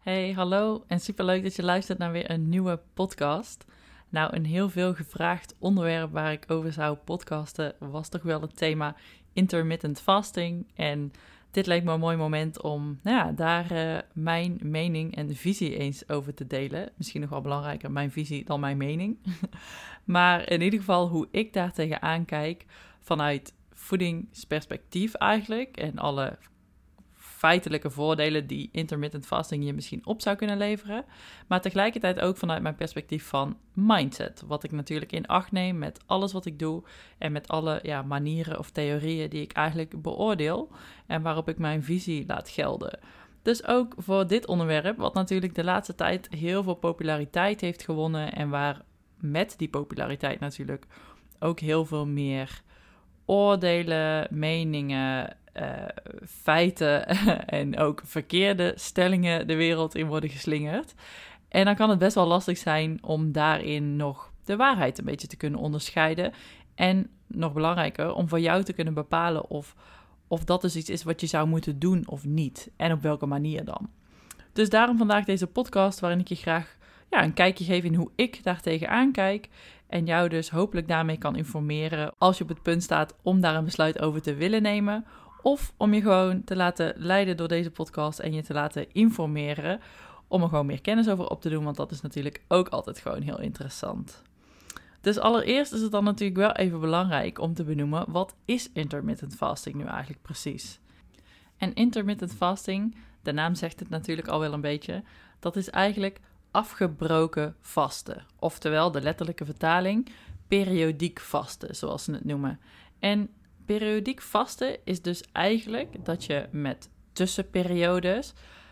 Hey, hallo en superleuk dat je luistert naar weer een nieuwe podcast. Nou, een heel veel gevraagd onderwerp waar ik over zou podcasten was toch wel het thema intermittent fasting. En dit leek me een mooi moment om daar mijn mening en visie eens over te delen. Misschien nog wel belangrijker, mijn visie dan mijn mening. Maar in ieder geval hoe ik daar tegenaan kijk vanuit voedingsperspectief eigenlijk en alle feitelijke voordelen die intermittent fasting je misschien op zou kunnen leveren. Maar tegelijkertijd ook vanuit mijn perspectief van mindset. Wat ik natuurlijk in acht neem met alles wat ik doe. En met alle manieren of theorieën die ik eigenlijk beoordeel. En waarop ik mijn visie laat gelden. Dus ook voor dit onderwerp, wat natuurlijk de laatste tijd heel veel populariteit heeft gewonnen. En waar met die populariteit natuurlijk ook heel veel meer oordelen, meningen, feiten en ook verkeerde stellingen de wereld in worden geslingerd. En dan kan het best wel lastig zijn om daarin nog de waarheid een beetje te kunnen onderscheiden. En nog belangrijker, om voor jou te kunnen bepalen of dat dus iets is wat je zou moeten doen of niet. En op welke manier dan. Dus daarom vandaag deze podcast waarin ik je graag een kijkje geef in hoe ik daar tegenaan kijk. En jou dus hopelijk daarmee kan informeren als je op het punt staat om daar een besluit over te willen nemen. Of om je gewoon te laten leiden door deze podcast en je te laten informeren. Om er gewoon meer kennis over op te doen, want dat is natuurlijk ook altijd gewoon heel interessant. Dus allereerst is het dan natuurlijk wel even belangrijk om te benoemen, wat is intermittent fasting nu eigenlijk precies? En intermittent fasting, de naam zegt het natuurlijk al wel een beetje, dat is eigenlijk afgebroken vasten. Oftewel, de letterlijke vertaling, periodiek vasten, zoals ze het noemen. En periodiek vasten is dus eigenlijk dat je met tussenperiodes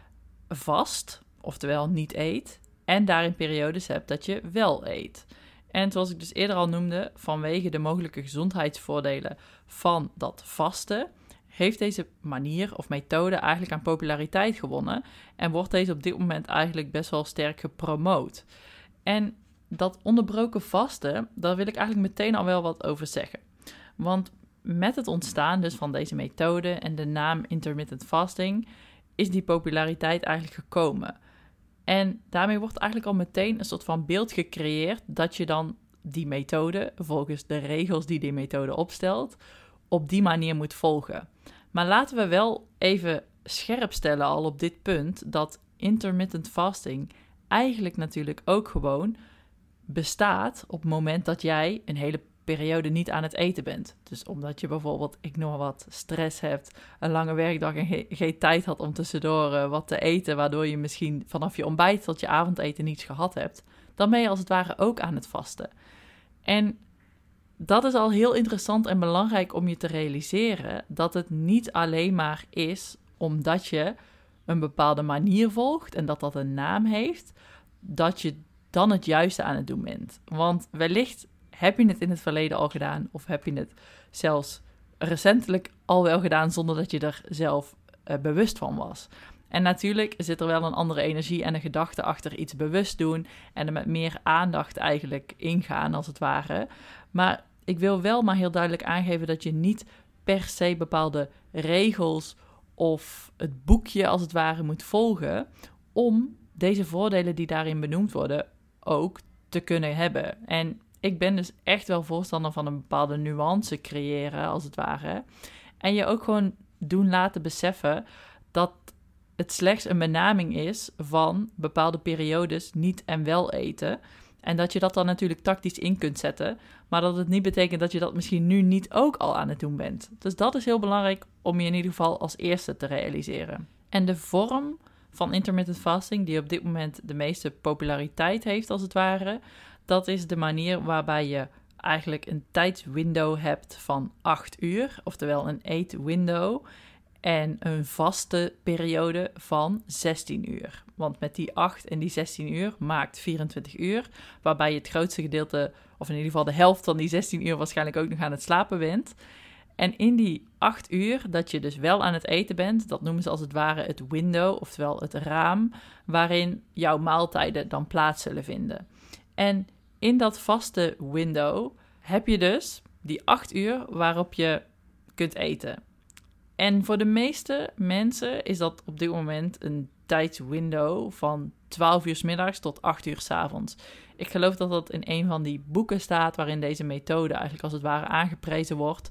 vast, oftewel niet eet, en daarin periodes hebt dat je wel eet. En zoals ik dus eerder al noemde, vanwege de mogelijke gezondheidsvoordelen van dat vasten, heeft deze manier of methode eigenlijk aan populariteit gewonnen en wordt deze op dit moment eigenlijk best wel sterk gepromoot. En dat onderbroken vasten, daar wil ik eigenlijk meteen al wel wat over zeggen. Want met het ontstaan dus van deze methode en de naam intermittent fasting is die populariteit eigenlijk gekomen. En daarmee wordt eigenlijk al meteen een soort van beeld gecreëerd dat je dan die methode, volgens de regels die die methode opstelt, op die manier moet volgen. Maar laten we wel even scherp stellen al op dit punt dat intermittent fasting eigenlijk natuurlijk ook gewoon bestaat op het moment dat jij een hele periode niet aan het eten bent. Dus omdat je bijvoorbeeld, ik noem maar wat, stress hebt, een lange werkdag en geen tijd had om tussendoor wat te eten, waardoor je misschien vanaf je ontbijt tot je avondeten niets gehad hebt, dan ben je als het ware ook aan het vasten. En dat is al heel interessant en belangrijk om je te realiseren dat het niet alleen maar is omdat je een bepaalde manier volgt en dat dat een naam heeft, dat je dan het juiste aan het doen bent. Want wellicht heb je het in het verleden al gedaan of heb je het zelfs recentelijk al wel gedaan zonder dat je er zelf bewust van was. En natuurlijk zit er wel een andere energie en een gedachte achter iets bewust doen en er met meer aandacht eigenlijk ingaan als het ware. Maar ik wil wel maar heel duidelijk aangeven dat je niet per se bepaalde regels of het boekje als het ware moet volgen om deze voordelen die daarin benoemd worden ook te kunnen hebben. En ik ben dus echt wel voorstander van een bepaalde nuance creëren als het ware. En je ook gewoon doen laten beseffen dat het slechts een benaming is van bepaalde periodes niet en wel eten. En dat je dat dan natuurlijk tactisch in kunt zetten, maar dat het niet betekent dat je dat misschien nu niet ook al aan het doen bent. Dus dat is heel belangrijk om je in ieder geval als eerste te realiseren. En de vorm van intermittent fasting, die op dit moment de meeste populariteit heeft als het ware, dat is de manier waarbij je eigenlijk een tijdswindow hebt van 8 uur, oftewel een eat window, en een vaste periode van 16 uur. Want met die 8 en die 16 uur maakt 24 uur, waarbij je het grootste gedeelte, of in ieder geval de helft van die 16 uur waarschijnlijk ook nog aan het slapen bent. En in die 8 uur dat je dus wel aan het eten bent, dat noemen ze als het ware het window, oftewel het raam, waarin jouw maaltijden dan plaats zullen vinden. En in dat vaste window heb je dus die 8 uur waarop je kunt eten. En voor de meeste mensen is dat op dit moment een tijdswindow van 12 uur 's middags tot 8 uur 's avonds. Ik geloof dat dat in een van die boeken staat waarin deze methode eigenlijk als het ware aangeprezen wordt.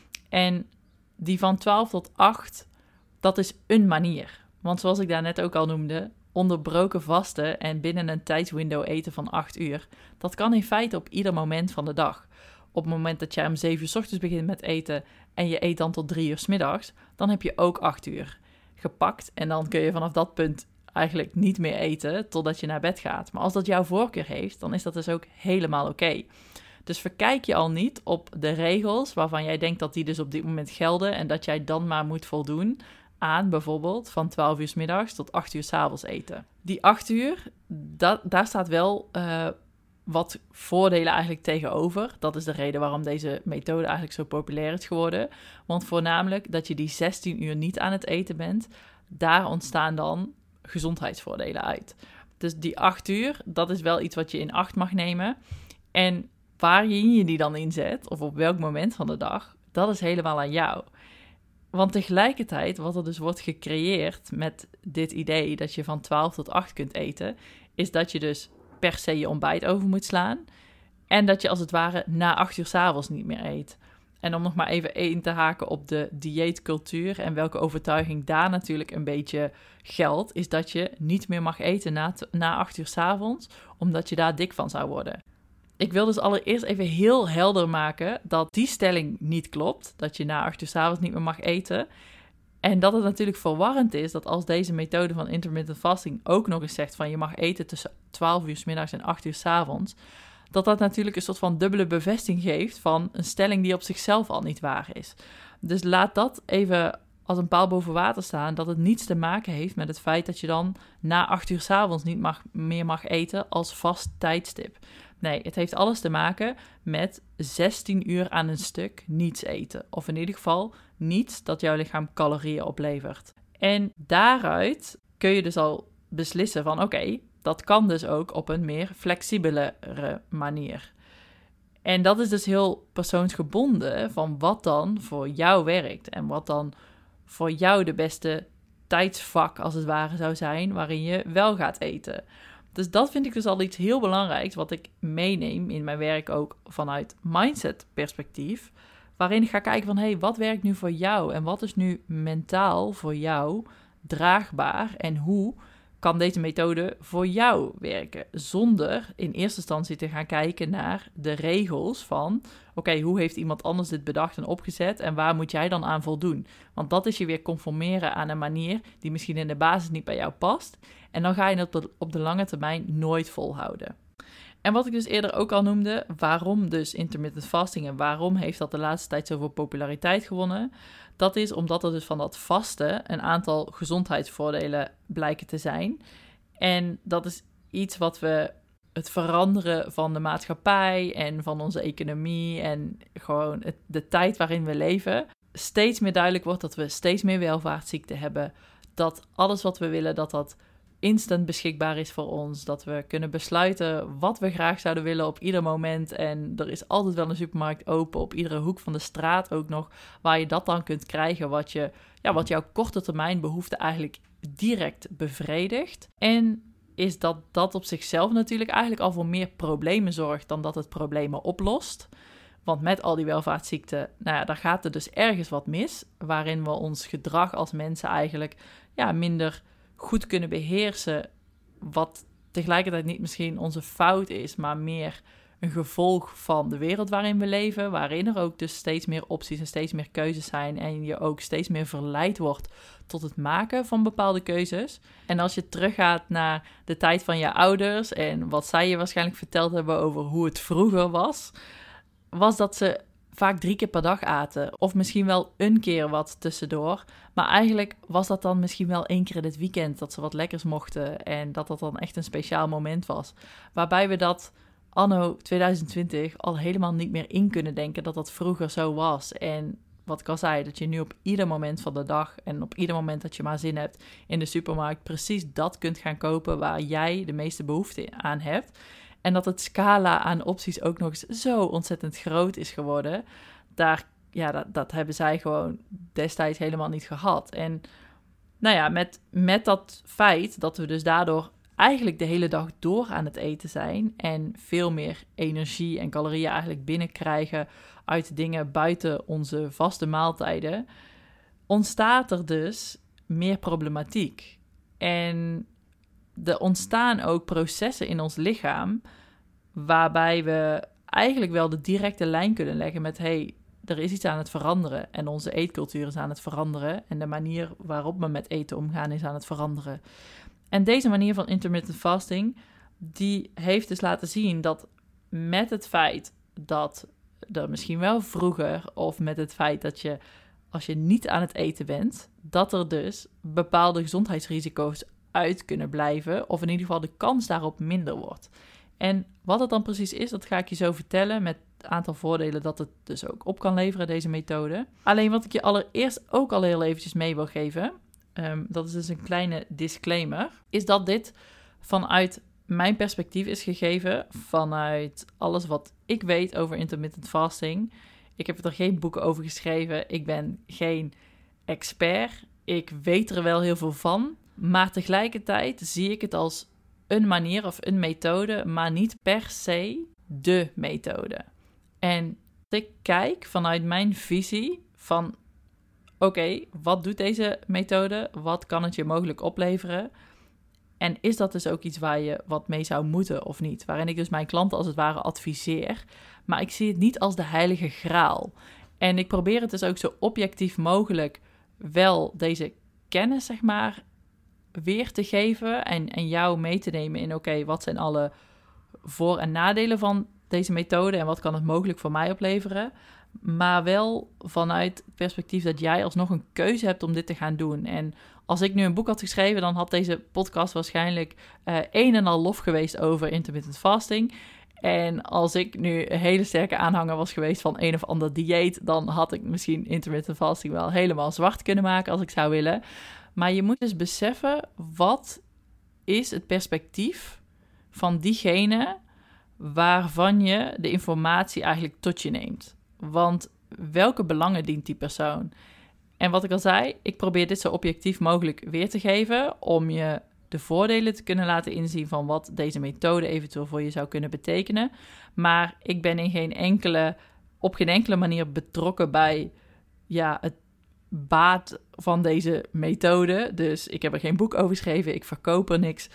En die van 12 tot 8, dat is een manier. Want zoals ik daarnet ook al noemde, onderbroken vasten en binnen een tijdswindow eten van 8 uur, dat kan in feite op ieder moment van de dag. Op het moment dat jij om 7 uur 's ochtends begint met eten en je eet dan tot 3 uur 's middags, dan heb je ook 8 uur gepakt. En dan kun je vanaf dat punt eigenlijk niet meer eten totdat je naar bed gaat. Maar als dat jouw voorkeur heeft, dan is dat dus ook helemaal oké. Dus verkijk je al niet op de regels waarvan jij denkt dat die dus op dit moment gelden en dat jij dan maar moet voldoen aan bijvoorbeeld van 12 uur 's middags tot 8 uur 's avonds eten. Die 8 uur, daar staat wel wat voordelen eigenlijk tegenover. Dat is de reden waarom deze methode eigenlijk zo populair is geworden. Want voornamelijk dat je die 16 uur niet aan het eten bent, daar ontstaan dan gezondheidsvoordelen uit. Dus die 8 uur, dat is wel iets wat je in acht mag nemen. En waar je die dan inzet, of op welk moment van de dag, dat is helemaal aan jou. Want tegelijkertijd, wat er dus wordt gecreëerd met dit idee dat je van 12 tot 8 kunt eten, is dat je dus per se je ontbijt over moet slaan en dat je als het ware na 8 uur 's avonds niet meer eet. En om nog maar even in te haken op de dieetcultuur en welke overtuiging daar natuurlijk een beetje geldt, is dat je niet meer mag eten na 8 uur 's avonds, omdat je daar dik van zou worden. Ik wil dus allereerst even heel helder maken dat die stelling niet klopt, dat je na 8 uur 's avonds niet meer mag eten. En dat het natuurlijk verwarrend is dat als deze methode van intermittent fasting ook nog eens zegt van je mag eten tussen 12 uur 's middags en 8 uur 's avonds, dat natuurlijk een soort van dubbele bevestiging geeft van een stelling die op zichzelf al niet waar is. Dus laat dat even als een paal boven water staan, dat het niets te maken heeft met het feit dat je dan na 8 uur 's avonds niet meer mag eten als vast tijdstip. Nee, het heeft alles te maken met 16 uur aan een stuk niets eten. Of in ieder geval niets dat jouw lichaam calorieën oplevert. En daaruit kun je dus al beslissen van oké, dat kan dus ook op een meer flexibelere manier. En dat is dus heel persoonsgebonden van wat dan voor jou werkt. En wat dan voor jou de beste tijdsvak als het ware zou zijn waarin je wel gaat eten. Dus dat vind ik dus al iets heel belangrijks wat ik meeneem in mijn werk ook vanuit mindset perspectief. Waarin ik ga kijken van hey, wat werkt nu voor jou en wat is nu mentaal voor jou draagbaar en hoe kan deze methode voor jou werken? Zonder in eerste instantie te gaan kijken naar de regels van oké, hoe heeft iemand anders dit bedacht en opgezet en waar moet jij dan aan voldoen? Want dat is je weer conformeren aan een manier die misschien in de basis niet bij jou past. En dan ga je het op de lange termijn nooit volhouden. En wat ik dus eerder ook al noemde, waarom dus intermittent fasting en waarom heeft dat de laatste tijd zoveel populariteit gewonnen? Dat is omdat er dus van dat vasten een aantal gezondheidsvoordelen blijken te zijn. En dat is iets wat we het veranderen van de maatschappij en van onze economie en gewoon de tijd waarin we leven, steeds meer duidelijk wordt dat we steeds meer welvaartsziekten hebben. Dat alles wat we willen, dat instant beschikbaar is voor ons. Dat we kunnen besluiten wat we graag zouden willen op ieder moment. En er is altijd wel een supermarkt open op iedere hoek van de straat ook nog, waar je dat dan kunt krijgen wat jouw korte termijn behoefte eigenlijk direct bevredigt. En is dat op zichzelf natuurlijk eigenlijk al voor meer problemen zorgt dan dat het problemen oplost. Want met al die welvaartsziekten, daar gaat er dus ergens wat mis, waarin we ons gedrag als mensen eigenlijk minder goed kunnen beheersen, wat tegelijkertijd niet misschien onze fout is, maar meer een gevolg van de wereld waarin we leven, waarin er ook dus steeds meer opties en steeds meer keuzes zijn en je ook steeds meer verleid wordt tot het maken van bepaalde keuzes. En als je teruggaat naar de tijd van je ouders en wat zij je waarschijnlijk verteld hebben over hoe het vroeger was dat ze vaak 3 keer per dag aten. Of misschien wel een keer wat tussendoor. Maar eigenlijk was dat dan misschien wel 1 keer in het weekend dat ze wat lekkers mochten. En dat dan echt een speciaal moment was. Waarbij we dat anno 2020 al helemaal niet meer in kunnen denken dat dat vroeger zo was. En wat ik al zei, dat je nu op ieder moment van de dag en op ieder moment dat je maar zin hebt in de supermarkt precies dat kunt gaan kopen waar jij de meeste behoefte aan hebt. En dat het scala aan opties ook nog eens zo ontzettend groot is geworden. Dat hebben zij gewoon destijds helemaal niet gehad. En Nou ja, met dat feit dat we dus daardoor eigenlijk de hele dag door aan het eten zijn en veel meer energie en calorieën eigenlijk binnenkrijgen uit dingen buiten onze vaste maaltijden, ontstaat er dus meer problematiek. En er ontstaan ook processen in ons lichaam waarbij we eigenlijk wel de directe lijn kunnen leggen met er is iets aan het veranderen en onze eetcultuur is aan het veranderen en de manier waarop we met eten omgaan is aan het veranderen. En deze manier van intermittent fasting, die heeft dus laten zien dat met het feit dat er misschien wel vroeger of met het feit dat je, als je niet aan het eten bent, dat er dus bepaalde gezondheidsrisico's uit kunnen blijven of in ieder geval de kans daarop minder wordt. En wat het dan precies is, dat ga ik je zo vertellen met het aantal voordelen dat het dus ook op kan leveren, deze methode. Alleen wat ik je allereerst ook al heel eventjes mee wil geven, dat is dus een kleine disclaimer, is dat dit vanuit mijn perspectief is gegeven, vanuit alles wat ik weet over intermittent fasting. Ik heb er geen boeken over geschreven, ik ben geen expert, ik weet er wel heel veel van, maar tegelijkertijd zie ik het als een manier of een methode, maar niet per se de methode. En ik kijk vanuit mijn visie van, oké, wat doet deze methode? Wat kan het je mogelijk opleveren? En is dat dus ook iets waar je wat mee zou moeten of niet? Waarin ik dus mijn klanten als het ware adviseer. Maar ik zie het niet als de heilige graal. En ik probeer het dus ook zo objectief mogelijk wel deze kennis, zeg maar, weer te geven en jou mee te nemen in, oké, wat zijn alle voor- en nadelen van deze methode en wat kan het mogelijk voor mij opleveren? Maar wel vanuit het perspectief dat jij alsnog een keuze hebt om dit te gaan doen. En als ik nu een boek had geschreven, dan had deze podcast waarschijnlijk een en al lof geweest over intermittent fasting. En als ik nu een hele sterke aanhanger was geweest van een of ander dieet, dan had ik misschien intermittent fasting wel helemaal zwart kunnen maken als ik zou willen. Maar je moet dus beseffen, wat is het perspectief van diegene waarvan je de informatie eigenlijk tot je neemt? Want welke belangen dient die persoon? En wat ik al zei, ik probeer dit zo objectief mogelijk weer te geven om je de voordelen te kunnen laten inzien van wat deze methode eventueel voor je zou kunnen betekenen. Maar ik ben op geen enkele manier betrokken bij het baat van deze methode. Dus ik heb er geen boek over geschreven. Ik verkoop er niks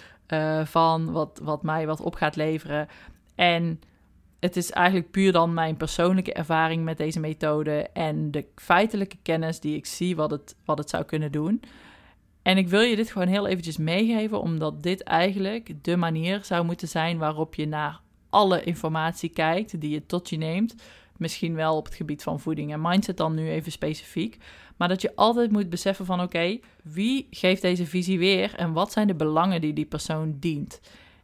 van wat mij wat op gaat leveren. En het is eigenlijk puur dan mijn persoonlijke ervaring met deze methode en de feitelijke kennis die ik zie wat het zou kunnen doen. En ik wil je dit gewoon heel eventjes meegeven, omdat dit eigenlijk de manier zou moeten zijn waarop je naar alle informatie kijkt die je tot je neemt. Misschien wel op het gebied van voeding en mindset dan nu even specifiek. Maar dat je altijd moet beseffen van oké, wie geeft deze visie weer en wat zijn de belangen die persoon dient?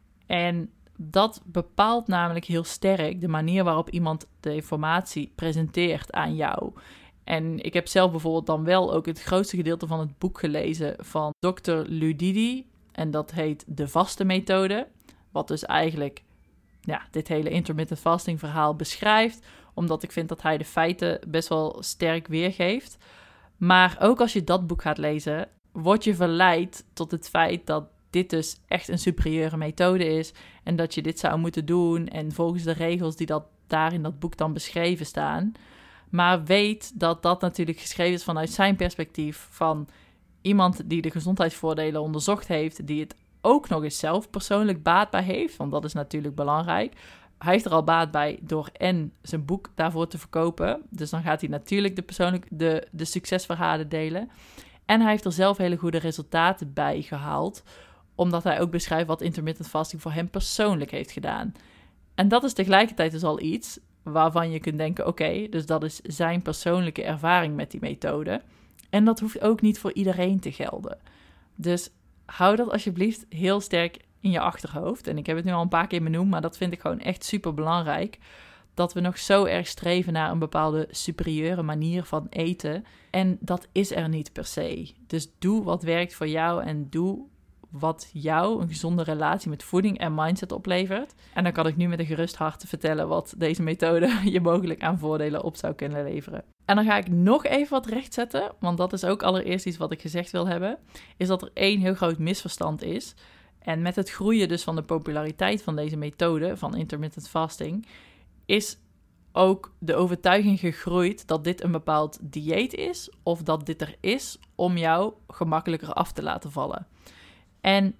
En dat bepaalt namelijk heel sterk de manier waarop iemand de informatie presenteert aan jou. En ik heb zelf bijvoorbeeld dan wel ook het grootste gedeelte van het boek gelezen van Dr. Ludidi. En dat heet De Vaste Methode. Wat dus eigenlijk dit hele intermittent fasting verhaal beschrijft. Omdat ik vind dat hij de feiten best wel sterk weergeeft. Maar ook als je dat boek gaat lezen, word je verleid tot het feit dat dit dus echt een superieure methode is. En dat je dit zou moeten doen. En volgens de regels die daar in dat boek dan beschreven staan. Maar weet dat dat natuurlijk geschreven is vanuit zijn perspectief. Van iemand die de gezondheidsvoordelen onderzocht heeft. Die het ook nog eens zelf persoonlijk baat bij heeft. Want dat is natuurlijk belangrijk. Hij heeft er al baat bij door zijn boek daarvoor te verkopen. Dus dan gaat hij natuurlijk de succesverhalen delen. En hij heeft er zelf hele goede resultaten bij gehaald. Omdat hij ook beschrijft wat intermittent fasting voor hem persoonlijk heeft gedaan. En dat is tegelijkertijd dus al iets waarvan je kunt denken, oké, dus dat is zijn persoonlijke ervaring met die methode. En dat hoeft ook niet voor iedereen te gelden. Dus hou dat alsjeblieft heel sterk in je achterhoofd. En ik heb het nu al een paar keer benoemd, maar dat vind ik gewoon echt super belangrijk. Dat we nog zo erg streven naar een bepaalde superieure manier van eten. En dat is er niet per se. Dus doe wat werkt voor jou en doe wat jou een gezonde relatie met voeding en mindset oplevert. En dan kan ik nu met een gerust hart vertellen wat deze methode je mogelijk aan voordelen op zou kunnen leveren. En dan ga ik nog even wat rechtzetten, want dat is ook allereerst iets wat ik gezegd wil hebben, is dat er één heel groot misverstand is. En met het groeien dus van de populariteit van deze methode, van intermittent fasting, is ook de overtuiging gegroeid dat dit een bepaald dieet is of dat dit er is om jou gemakkelijker af te laten vallen. En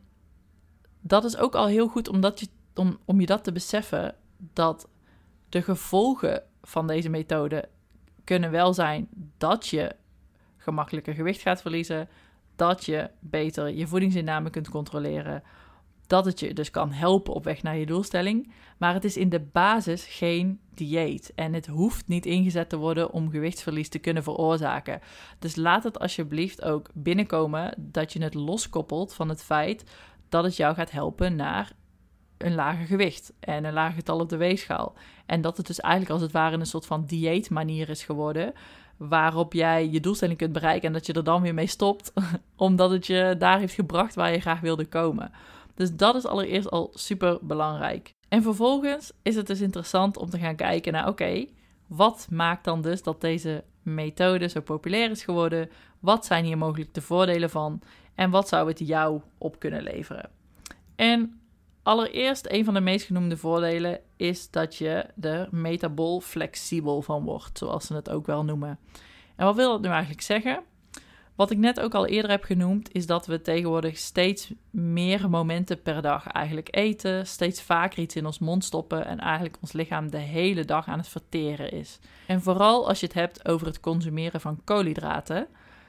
dat is ook al heel goed om je dat te beseffen, dat de gevolgen van deze methode kunnen wel zijn dat je gemakkelijker gewicht gaat verliezen, dat je beter je voedingsinname kunt controleren, dat het je dus kan helpen op weg naar je doelstelling. Maar het is in de basis geen dieet. En het hoeft niet ingezet te worden om gewichtsverlies te kunnen veroorzaken. Dus laat het alsjeblieft ook binnenkomen dat je het loskoppelt van het feit dat het jou gaat helpen naar een lager gewicht en een lager getal op de weegschaal. En dat het dus eigenlijk als het ware een soort van dieetmanier is geworden, waarop jij je doelstelling kunt bereiken en dat je er dan weer mee stopt, omdat het je daar heeft gebracht waar je graag wilde komen. Dus dat is allereerst al super belangrijk. En vervolgens is het dus interessant om te gaan kijken naar, oké, wat maakt dan dus dat deze methode zo populair is geworden? Wat zijn hier mogelijk de voordelen van? En wat zou het jou op kunnen leveren? En allereerst, een van de meest genoemde voordelen is dat je er metabool flexibel van wordt, zoals ze het ook wel noemen. En wat wil dat nu eigenlijk zeggen? Wat ik net ook al eerder heb genoemd, is dat we tegenwoordig steeds meer momenten per dag eigenlijk eten, steeds vaker iets in ons mond stoppen en eigenlijk ons lichaam de hele dag aan het verteren is. En vooral als je het hebt over het consumeren van koolhydraten,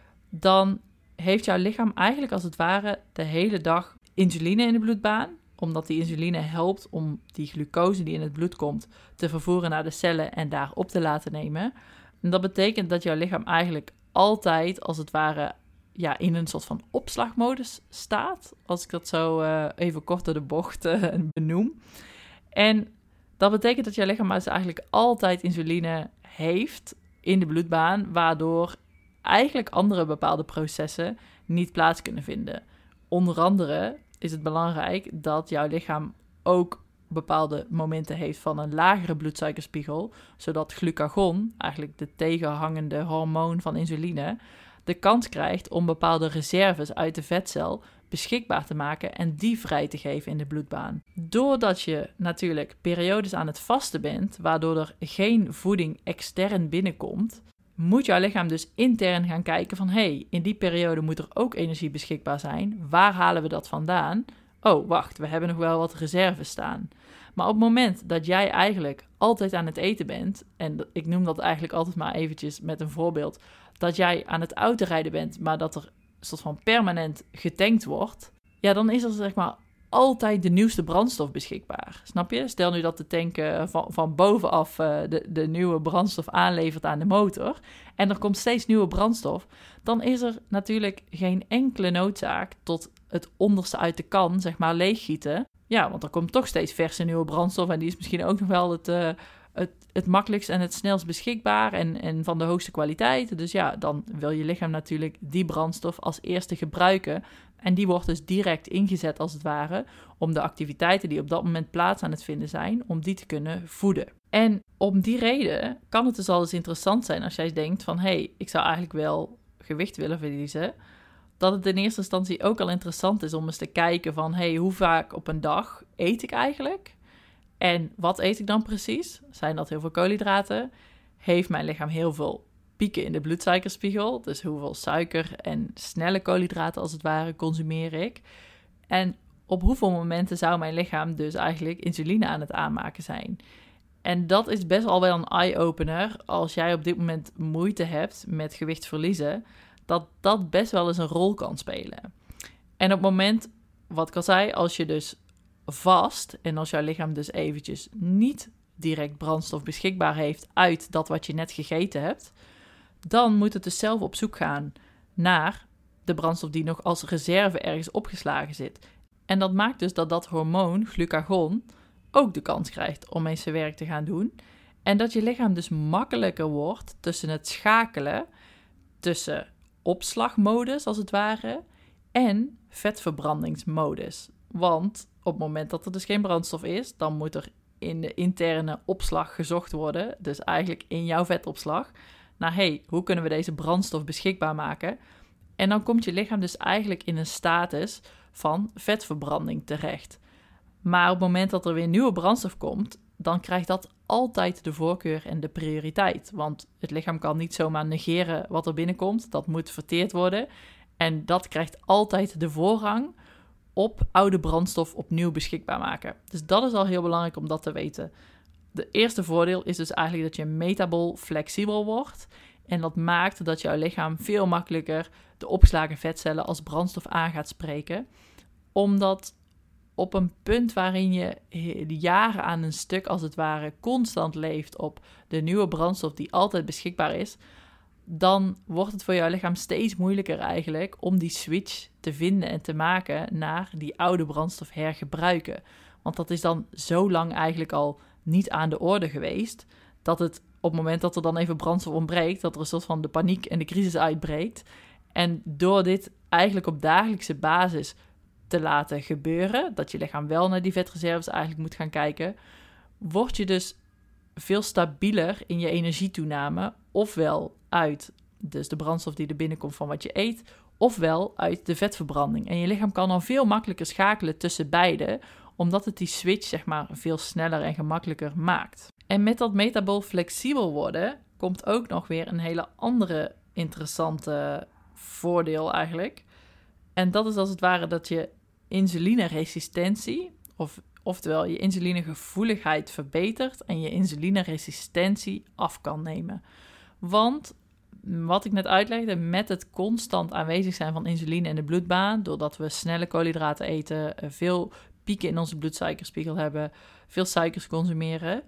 dan heeft jouw lichaam eigenlijk als het ware de hele dag insuline in de bloedbaan, omdat die insuline helpt om die glucose die in het bloed komt te vervoeren naar de cellen en daar op te laten nemen. En dat betekent dat jouw lichaam eigenlijk altijd, als het ware, in een soort van opslagmodus staat. Als ik dat zo even kort door de bocht benoem. En dat betekent dat jouw lichaam dus eigenlijk altijd insuline heeft in de bloedbaan, waardoor eigenlijk andere bepaalde processen niet plaats kunnen vinden. Onder andere is het belangrijk dat jouw lichaam ook bepaalde momenten heeft van een lagere bloedsuikerspiegel, zodat glucagon, eigenlijk de tegenhangende hormoon van insuline, de kans krijgt om bepaalde reserves uit de vetcel beschikbaar te maken en die vrij te geven in de bloedbaan. Doordat je natuurlijk periodes aan het vasten bent, waardoor er geen voeding extern binnenkomt, moet jouw lichaam dus intern gaan kijken van in die periode moet er ook energie beschikbaar zijn. Waar halen we dat vandaan? Oh, wacht, we hebben nog wel wat reserves staan. Maar op het moment dat jij eigenlijk altijd aan het eten bent, en ik noem dat eigenlijk altijd maar eventjes met een voorbeeld, dat jij aan het autorijden bent, maar dat er een soort van permanent getankt wordt, dan is er zeg maar altijd de nieuwste brandstof beschikbaar. Snap je? Stel nu dat de tank van bovenaf de nieuwe brandstof aanlevert aan de motor en er komt steeds nieuwe brandstof, dan is er natuurlijk geen enkele noodzaak tot het onderste uit de kan, zeg maar, leeggieten. Ja, want er komt toch steeds verse nieuwe brandstof en die is misschien ook nog wel het makkelijkst en het snelst beschikbaar en van de hoogste kwaliteit. Dus dan wil je lichaam natuurlijk die brandstof als eerste gebruiken. En die wordt dus direct ingezet als het ware om de activiteiten die op dat moment plaats aan het vinden zijn, om die te kunnen voeden. En om die reden kan het dus al eens interessant zijn als jij denkt van ik zou eigenlijk wel gewicht willen verliezen, dat het in eerste instantie ook al interessant is om eens te kijken van hoe vaak op een dag eet ik eigenlijk? En wat eet ik dan precies? Zijn dat heel veel koolhydraten? Heeft mijn lichaam heel veel pieken in de bloedsuikerspiegel? Dus hoeveel suiker en snelle koolhydraten als het ware consumeer ik? En op hoeveel momenten zou mijn lichaam dus eigenlijk insuline aan het aanmaken zijn? En dat is best al wel een eye-opener als jij op dit moment moeite hebt met gewicht verliezen, dat best wel eens een rol kan spelen. En op het moment, wat ik al zei, als je dus vast en als jouw lichaam dus eventjes niet direct brandstof beschikbaar heeft uit dat wat je net gegeten hebt, dan moet het dus zelf op zoek gaan naar de brandstof die nog als reserve ergens opgeslagen zit. En dat maakt dus dat hormoon, glucagon, ook de kans krijgt om eens zijn werk te gaan doen. En dat je lichaam dus makkelijker wordt tussen het schakelen tussen opslagmodus, als het ware, en vetverbrandingsmodus. Want op het moment dat er dus geen brandstof is, dan moet er in de interne opslag gezocht worden, dus eigenlijk in jouw vetopslag, naar hoe kunnen we deze brandstof beschikbaar maken? En dan komt je lichaam dus eigenlijk in een status van vetverbranding terecht. Maar op het moment dat er weer nieuwe brandstof komt, dan krijgt dat altijd de voorkeur en de prioriteit. Want het lichaam kan niet zomaar negeren wat er binnenkomt. Dat moet verteerd worden. En dat krijgt altijd de voorrang op oude brandstof opnieuw beschikbaar maken. Dus dat is al heel belangrijk om dat te weten. De eerste voordeel is dus eigenlijk dat je metabool flexibel wordt. En dat maakt dat jouw lichaam veel makkelijker de opgeslagen vetcellen als brandstof aan gaat spreken. Omdat op een punt waarin je jaren aan een stuk als het ware constant leeft op de nieuwe brandstof die altijd beschikbaar is, dan wordt het voor jouw lichaam steeds moeilijker eigenlijk om die switch te vinden en te maken naar die oude brandstof hergebruiken. Want dat is dan zo lang eigenlijk al niet aan de orde geweest, dat het op het moment dat er dan even brandstof ontbreekt, dat er een soort van de paniek en de crisis uitbreekt. En door dit eigenlijk op dagelijkse basis te laten gebeuren, dat je lichaam wel naar die vetreserves eigenlijk moet gaan kijken, word je dus veel stabieler in je energietoename, ofwel uit dus de brandstof die er binnenkomt van wat je eet, ofwel uit de vetverbranding. En je lichaam kan dan veel makkelijker schakelen tussen beide, omdat het die switch zeg maar veel sneller en gemakkelijker maakt. En met dat metabool flexibel worden komt ook nog weer een hele andere interessante voordeel eigenlijk. En dat is als het ware dat je insulineresistentie, oftewel je insulinegevoeligheid verbetert en je insulineresistentie af kan nemen. Want, wat ik net uitlegde, met het constant aanwezig zijn van insuline in de bloedbaan, doordat we snelle koolhydraten eten, veel pieken in onze bloedsuikerspiegel hebben, veel suikers consumeren,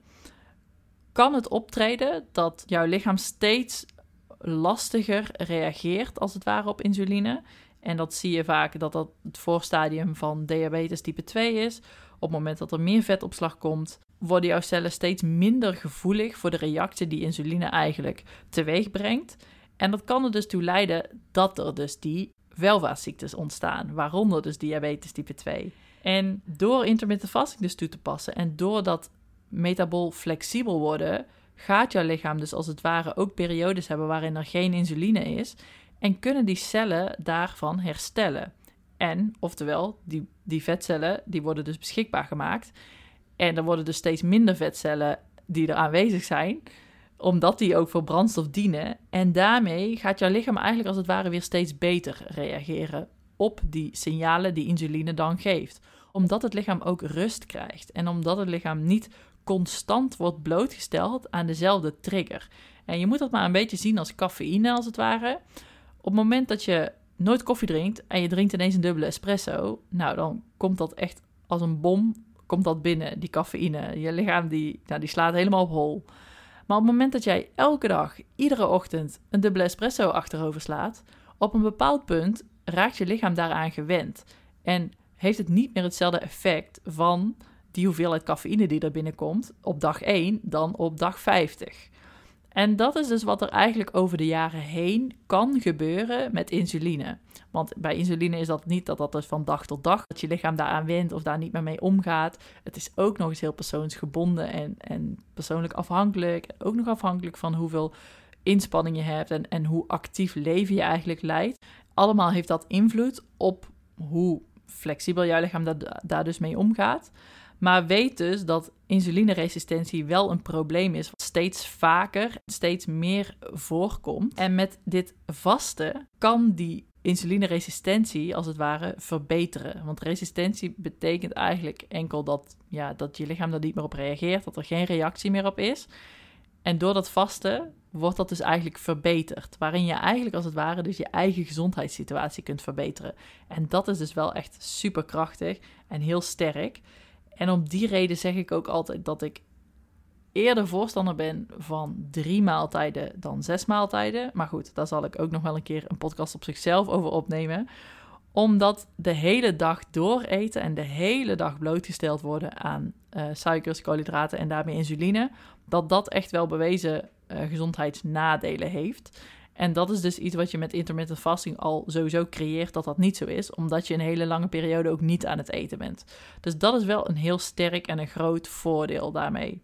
kan het optreden dat jouw lichaam steeds lastiger reageert, als het ware, op insuline. En dat zie je vaak dat dat het voorstadium van diabetes type 2 is. Op het moment dat er meer vetopslag komt, worden jouw cellen steeds minder gevoelig voor de reactie die insuline eigenlijk teweeg brengt. En dat kan er dus toe leiden dat er dus die welvaartsziektes ontstaan, waaronder dus diabetes type 2. En door intermittent fasting dus toe te passen en door dat metabool flexibel worden, gaat jouw lichaam dus als het ware ook periodes hebben waarin er geen insuline is en kunnen die cellen daarvan herstellen. En, oftewel, die vetcellen die worden dus beschikbaar gemaakt en er worden dus steeds minder vetcellen die er aanwezig zijn, omdat die ook voor brandstof dienen. En daarmee gaat jouw lichaam eigenlijk als het ware weer steeds beter reageren op die signalen die insuline dan geeft. Omdat het lichaam ook rust krijgt en omdat het lichaam niet constant wordt blootgesteld aan dezelfde trigger. En je moet dat maar een beetje zien als cafeïne als het ware. Op het moment dat je nooit koffie drinkt en je drinkt ineens een dubbele espresso, nou dan komt dat echt als een bom, komt dat binnen, die cafeïne. Je lichaam die slaat helemaal op hol. Maar op het moment dat jij elke dag, iedere ochtend, een dubbele espresso achterover slaat, op een bepaald punt raakt je lichaam daaraan gewend. En heeft het niet meer hetzelfde effect van die hoeveelheid cafeïne die er binnenkomt op dag 1 dan op dag 50. En dat is dus wat er eigenlijk over de jaren heen kan gebeuren met insuline. Want bij insuline is dat niet dat dat dus van dag tot dag, dat je lichaam daaraan wint of daar niet meer mee omgaat. Het is ook nog eens heel persoonsgebonden en persoonlijk afhankelijk. Ook nog afhankelijk van hoeveel inspanning je hebt en hoe actief leven je eigenlijk leidt. Allemaal heeft dat invloed op hoe flexibel jouw lichaam daar dus mee omgaat. Maar weet dus dat insulineresistentie wel een probleem is, wat steeds vaker, steeds meer voorkomt. En met dit vasten kan die insulineresistentie als het ware verbeteren. Want resistentie betekent eigenlijk enkel dat je lichaam daar niet meer op reageert, dat er geen reactie meer op is. En door dat vasten wordt dat dus eigenlijk verbeterd. Waarin je eigenlijk als het ware dus je eigen gezondheidssituatie kunt verbeteren. En dat is dus wel echt superkrachtig en heel sterk. En om die reden zeg ik ook altijd dat ik eerder voorstander ben van 3 maaltijden dan 6 maaltijden. Maar goed, daar zal ik ook nog wel een keer een podcast op zichzelf over opnemen. Omdat de hele dag door eten en de hele dag blootgesteld worden aan suikers, koolhydraten en daarmee insuline, dat echt wel bewezen gezondheidsnadelen heeft. En dat is dus iets wat je met intermittent fasting al sowieso creëert dat dat niet zo is, omdat je een hele lange periode ook niet aan het eten bent. Dus dat is wel een heel sterk en een groot voordeel daarmee.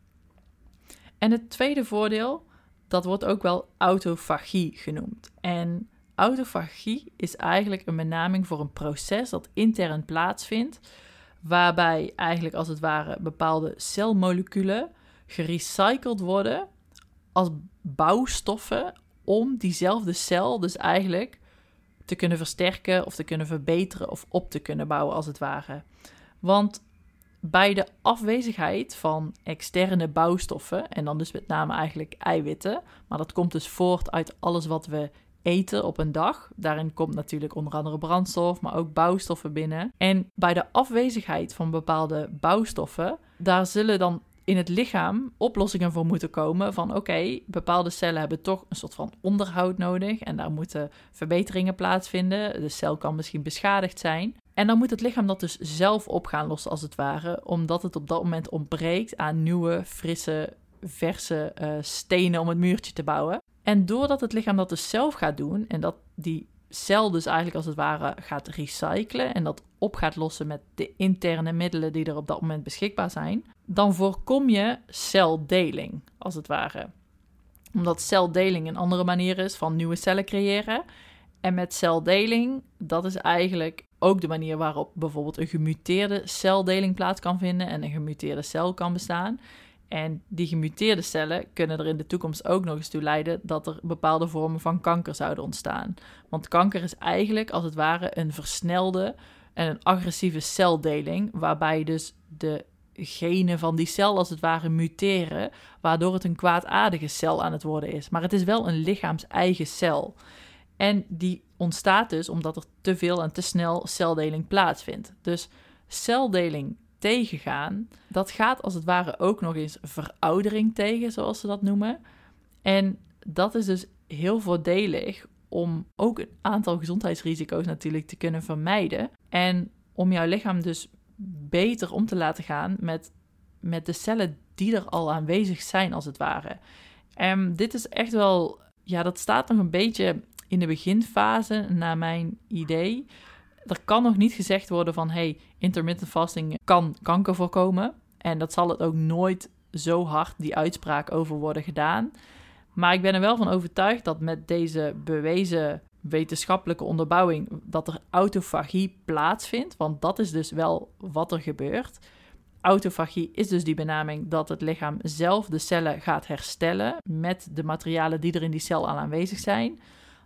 En het tweede voordeel, dat wordt ook wel autofagie genoemd. En autofagie is eigenlijk een benaming voor een proces dat intern plaatsvindt, waarbij eigenlijk als het ware bepaalde celmoleculen gerecycled worden als bouwstoffen om diezelfde cel dus eigenlijk te kunnen versterken of te kunnen verbeteren of op te kunnen bouwen als het ware. Want bij de afwezigheid van externe bouwstoffen, en dan dus met name eigenlijk eiwitten, maar dat komt dus voort uit alles wat we eten op een dag. Daarin komt natuurlijk onder andere brandstof, maar ook bouwstoffen binnen. En bij de afwezigheid van bepaalde bouwstoffen, daar zullen dan in het lichaam oplossingen voor moeten komen van oké, bepaalde cellen hebben toch een soort van onderhoud nodig en daar moeten verbeteringen plaatsvinden. De cel kan misschien beschadigd zijn. En dan moet het lichaam dat dus zelf op gaan lossen als het ware, omdat het op dat moment ontbreekt aan nieuwe, frisse, verse stenen om het muurtje te bouwen. En doordat het lichaam dat dus zelf gaat doen en dat die cel dus eigenlijk als het ware gaat recyclen en dat op gaat lossen met de interne middelen die er op dat moment beschikbaar zijn, dan voorkom je celdeling als het ware. Omdat celdeling een andere manier is van nieuwe cellen creëren. En met celdeling, dat is eigenlijk ook de manier waarop bijvoorbeeld een gemuteerde celdeling plaats kan vinden en een gemuteerde cel kan bestaan. En die gemuteerde cellen kunnen er in de toekomst ook nog eens toe leiden dat er bepaalde vormen van kanker zouden ontstaan. Want kanker is eigenlijk als het ware een versnelde en een agressieve celdeling, waarbij dus de genen van die cel als het ware muteren, waardoor het een kwaadaardige cel aan het worden is. Maar het is wel een lichaams-eigen cel. En die ontstaat dus omdat er te veel en te snel celdeling plaatsvindt. Dus celdeling tegengaan, dat gaat als het ware ook nog eens veroudering tegen, zoals ze dat noemen. En dat is dus heel voordelig om ook een aantal gezondheidsrisico's natuurlijk te kunnen vermijden. En om jouw lichaam dus beter om te laten gaan met de cellen die er al aanwezig zijn, als het ware. En dit is echt wel, ja, dat staat nog een beetje in de beginfase, naar mijn idee. Er kan nog niet gezegd worden van, hey, intermittent fasting kan kanker voorkomen. En dat zal het ook nooit zo hard die uitspraak over worden gedaan. Maar ik ben er wel van overtuigd dat met deze bewezen wetenschappelijke onderbouwing dat er autofagie plaatsvindt. Want dat is dus wel wat er gebeurt. Autofagie is dus die benaming dat het lichaam zelf de cellen gaat herstellen met de materialen die er in die cel al aanwezig zijn.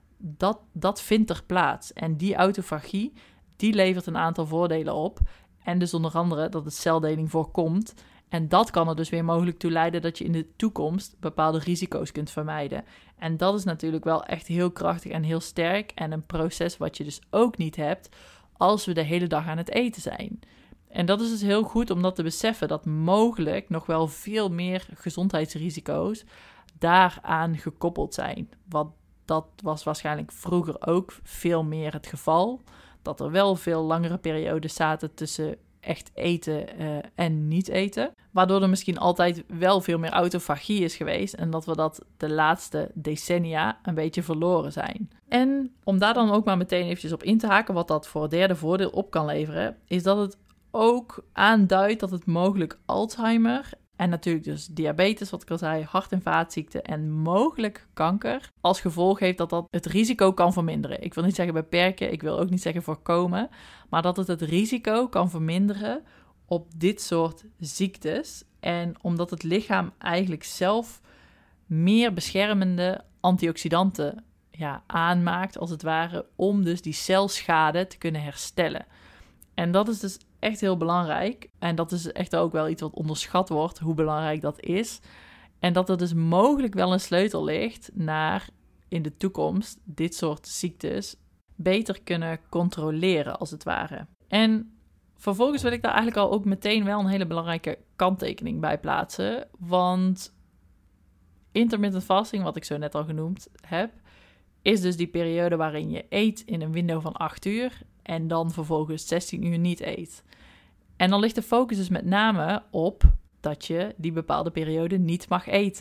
Dat vindt er plaats. En die autofagie, die levert een aantal voordelen op. En dus onder andere dat het celdeling voorkomt. En dat kan er dus weer mogelijk toe leiden dat je in de toekomst bepaalde risico's kunt vermijden. En dat is natuurlijk wel echt heel krachtig en heel sterk. En een proces wat je dus ook niet hebt als we de hele dag aan het eten zijn. En dat is dus heel goed om dat te beseffen, dat mogelijk nog wel veel meer gezondheidsrisico's daaraan gekoppeld zijn. Want dat was waarschijnlijk vroeger ook veel meer het geval. Dat er wel veel langere periodes zaten tussen echt eten en niet eten. Waardoor er misschien altijd wel veel meer autofagie is geweest. En dat we dat de laatste decennia een beetje verloren zijn. En om daar dan ook maar meteen eventjes op in te haken, wat dat voor het derde voordeel op kan leveren, is dat het ook aanduidt dat het mogelijk Alzheimer en natuurlijk dus diabetes, wat ik al zei, hart- en vaatziekten en mogelijk kanker als gevolg heeft dat het risico kan verminderen. Ik wil niet zeggen beperken, ik wil ook niet zeggen voorkomen, maar dat het risico kan verminderen op dit soort ziektes. En omdat het lichaam eigenlijk zelf meer beschermende antioxidanten aanmaakt, als het ware, om dus die celschade te kunnen herstellen. En dat is dus echt heel belangrijk. En dat is echt ook wel iets wat onderschat wordt, hoe belangrijk dat is. En dat er dus mogelijk wel een sleutel ligt naar in de toekomst dit soort ziektes beter kunnen controleren, als het ware. En vervolgens wil ik daar eigenlijk al ook meteen wel een hele belangrijke kanttekening bij plaatsen. Want intermittent fasting, wat ik zo net al genoemd heb, is dus die periode waarin je eet in een window van 8 uur en dan vervolgens 16 uur niet eet. En dan ligt de focus dus met name op dat je die bepaalde periode niet mag eten.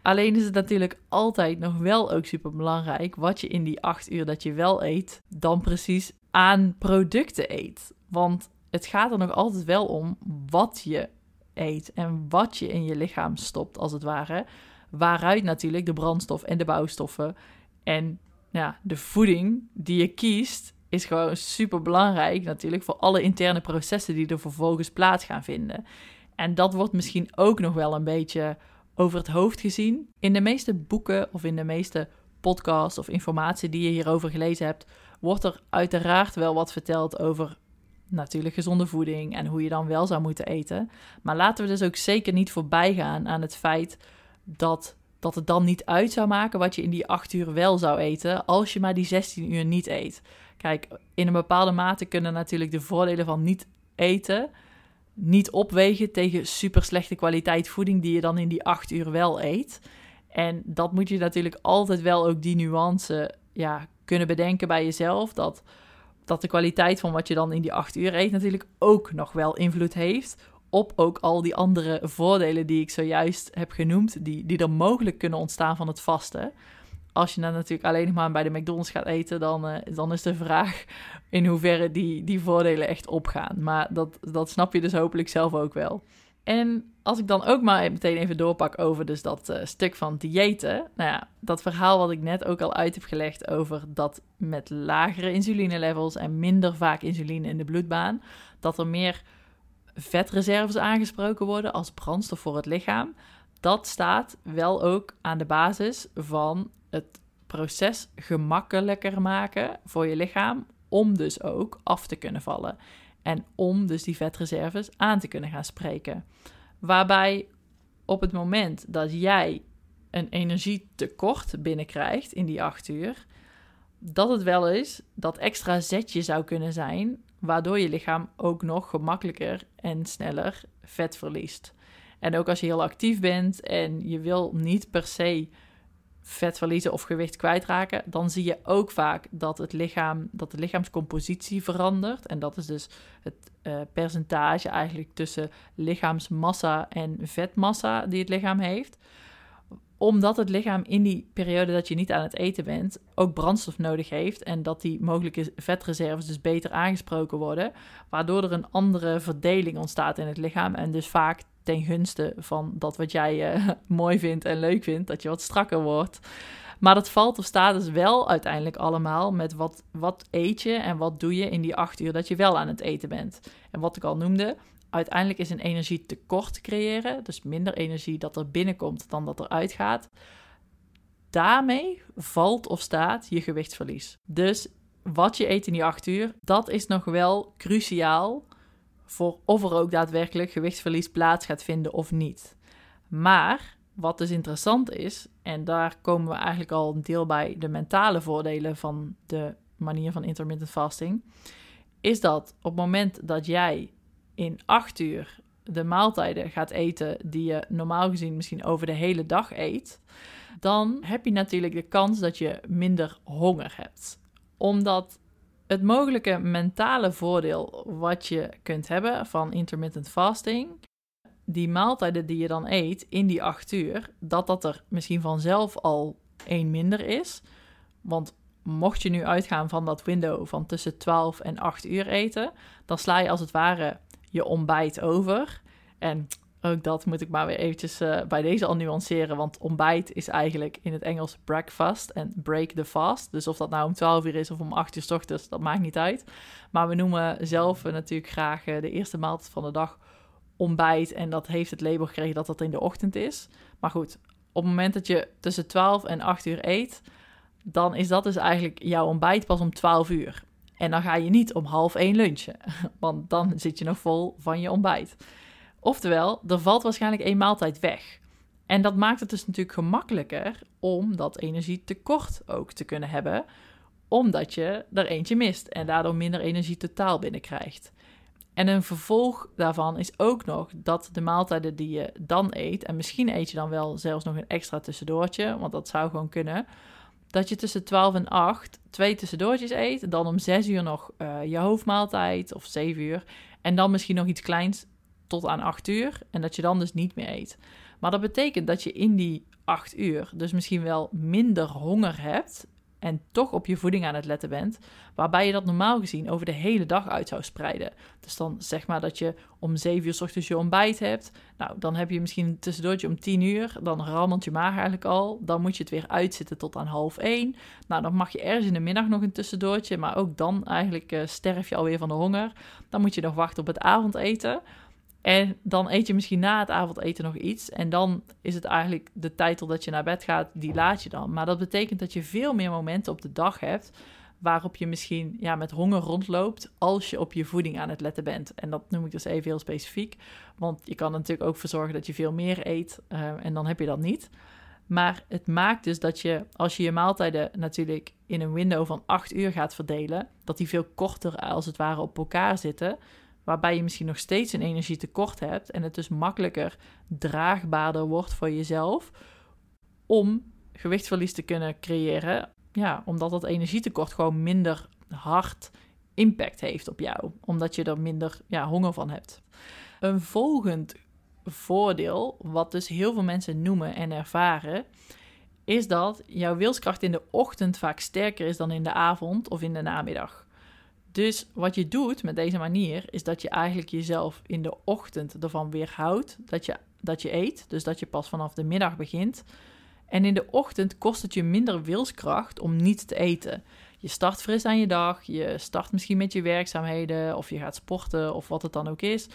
Alleen is het natuurlijk altijd nog wel ook super belangrijk wat je in die 8 uur dat je wel eet, dan precies aan producten eet. Want het gaat er nog altijd wel om wat je eet en wat je in je lichaam stopt, als het ware. Waaruit natuurlijk de brandstof en de bouwstoffen en de voeding die je kiest, is gewoon super belangrijk natuurlijk voor alle interne processen die er vervolgens plaats gaan vinden. En dat wordt misschien ook nog wel een beetje over het hoofd gezien. In de meeste boeken of in de meeste podcasts of informatie die je hierover gelezen hebt, wordt er uiteraard wel wat verteld over natuurlijk gezonde voeding en hoe je dan wel zou moeten eten. Maar laten we dus ook zeker niet voorbij gaan aan het feit dat het dan niet uit zou maken wat je in die 8 uur wel zou eten, als je maar die 16 uur niet eet. Kijk, in een bepaalde mate kunnen natuurlijk de voordelen van niet eten niet opwegen tegen super slechte kwaliteit voeding die je dan in die 8 uur wel eet. En dat moet je natuurlijk altijd wel ook die nuance kunnen bedenken bij jezelf, dat de kwaliteit van wat je dan in die 8 uur eet natuurlijk ook nog wel invloed heeft op ook al die andere voordelen die ik zojuist heb genoemd, die er mogelijk kunnen ontstaan van het vasten. Als je dan natuurlijk alleen nog maar bij de McDonald's gaat eten, dan is de vraag in hoeverre die voordelen echt opgaan. Maar dat snap je dus hopelijk zelf ook wel. En als ik dan ook maar meteen even doorpak over dus dat stuk van diëten. Dat verhaal wat ik net ook al uit heb gelegd over dat met lagere insulinelevels en minder vaak insuline in de bloedbaan, dat er meer vetreserves aangesproken worden als brandstof voor het lichaam. Dat staat wel ook aan de basis van het proces gemakkelijker maken voor je lichaam om dus ook af te kunnen vallen. En om dus die vetreserves aan te kunnen gaan spreken. Waarbij op het moment dat jij een energietekort binnenkrijgt in die 8 uur, dat het wel is dat extra zetje zou kunnen zijn, waardoor je lichaam ook nog gemakkelijker en sneller vet verliest. En ook als je heel actief bent en je wil niet per se vet verliezen of gewicht kwijtraken, dan zie je ook vaak dat de lichaamscompositie verandert. En dat is dus het percentage eigenlijk tussen lichaamsmassa en vetmassa die het lichaam heeft. Omdat het lichaam in die periode dat je niet aan het eten bent ook brandstof nodig heeft en dat die mogelijke vetreserves dus beter aangesproken worden, waardoor er een andere verdeling ontstaat in het lichaam en dus vaak ten gunste van dat wat jij mooi vindt en leuk vindt, dat je wat strakker wordt. Maar dat valt of staat dus wel uiteindelijk allemaal met wat eet je en wat doe je in die 8 uur dat je wel aan het eten bent. En wat ik al noemde, uiteindelijk is een energietekort creëren, dus minder energie dat er binnenkomt dan dat er uitgaat. Daarmee valt of staat je gewichtsverlies. Dus wat je eet in die 8 uur, dat is nog wel cruciaal voor of er ook daadwerkelijk gewichtsverlies plaats gaat vinden of niet. Maar wat dus interessant is, en daar komen we eigenlijk al een deel bij de mentale voordelen van de manier van intermittent fasting, is dat op het moment dat jij in 8 uur de maaltijden gaat eten die je normaal gezien misschien over de hele dag eet, dan heb je natuurlijk de kans dat je minder honger hebt. Omdat het mogelijke mentale voordeel wat je kunt hebben van intermittent fasting, die maaltijden die je dan eet in die 8 uur, dat er misschien vanzelf al 1 minder is. Want mocht je nu uitgaan van dat window van tussen 12 en 8 uur eten, dan sla je als het ware je ontbijt over. En ook dat moet ik maar weer eventjes bij deze al nuanceren, want ontbijt is eigenlijk in het Engels breakfast en break the fast. Dus of dat nou om 12 uur is of om 8 uur 's ochtends, dat maakt niet uit. Maar we noemen zelf natuurlijk graag de eerste maaltijd van de dag ontbijt en dat heeft het label gekregen dat dat in de ochtend is. Maar goed, op het moment dat je tussen 12 en 8 uur eet, dan is dat dus eigenlijk jouw ontbijt pas om 12 uur. En dan ga je niet om 12:30 lunchen, want dan zit je nog vol van je ontbijt. Oftewel, er valt waarschijnlijk 1 maaltijd weg. En dat maakt het dus natuurlijk gemakkelijker om dat energietekort ook te kunnen hebben, omdat je er eentje mist en daardoor minder energie totaal binnenkrijgt. En een vervolg daarvan is ook nog dat de maaltijden die je dan eet, en misschien eet je dan wel zelfs nog een extra tussendoortje, want dat zou gewoon kunnen, dat je tussen 12 en 8 2 tussendoortjes eet, dan om 6 uur nog je hoofdmaaltijd of 7 uur en dan misschien nog iets kleins tot aan 8 uur en dat je dan dus niet meer eet. Maar dat betekent dat je in die 8 uur dus misschien wel minder honger hebt en toch op je voeding aan het letten bent, waarbij je dat normaal gezien over de hele dag uit zou spreiden. Dus dan zeg maar dat je om 7 uur 's ochtends je ontbijt hebt. Nou, dan heb je misschien een tussendoortje om 10 uur. Dan rammelt je maag eigenlijk al. Dan moet je het weer uitzitten tot aan 12:30. Nou, dan mag je ergens in de middag nog een tussendoortje. Maar ook dan eigenlijk sterf je alweer van de honger. Dan moet je nog wachten op het avondeten. En dan eet je misschien na het avondeten nog iets. En dan is het eigenlijk de tijd totdat je naar bed gaat, die laat je dan. Maar dat betekent dat je veel meer momenten op de dag hebt waarop je misschien met honger rondloopt als je op je voeding aan het letten bent. En dat noem ik dus even heel specifiek. Want je kan er natuurlijk ook voor zorgen dat je veel meer eet en dan heb je dat niet. Maar het maakt dus dat je, als je je maaltijden natuurlijk in een window van 8 uur gaat verdelen, dat die veel korter als het ware op elkaar zitten, waarbij je misschien nog steeds een energietekort hebt en het dus makkelijker draagbaarder wordt voor jezelf om gewichtsverlies te kunnen creëren. Ja, omdat dat energietekort gewoon minder hard impact heeft op jou, omdat je er minder honger van hebt. Een volgend voordeel, wat dus heel veel mensen noemen en ervaren, is dat jouw wilskracht in de ochtend vaak sterker is dan in de avond of in de namiddag. Dus wat je doet met deze manier, is dat je eigenlijk jezelf in de ochtend ervan weerhoudt dat je eet. Dus dat je pas vanaf de middag begint. En in de ochtend kost het je minder wilskracht om niet te eten. Je start fris aan je dag, je start misschien met je werkzaamheden of je gaat sporten of wat het dan ook is.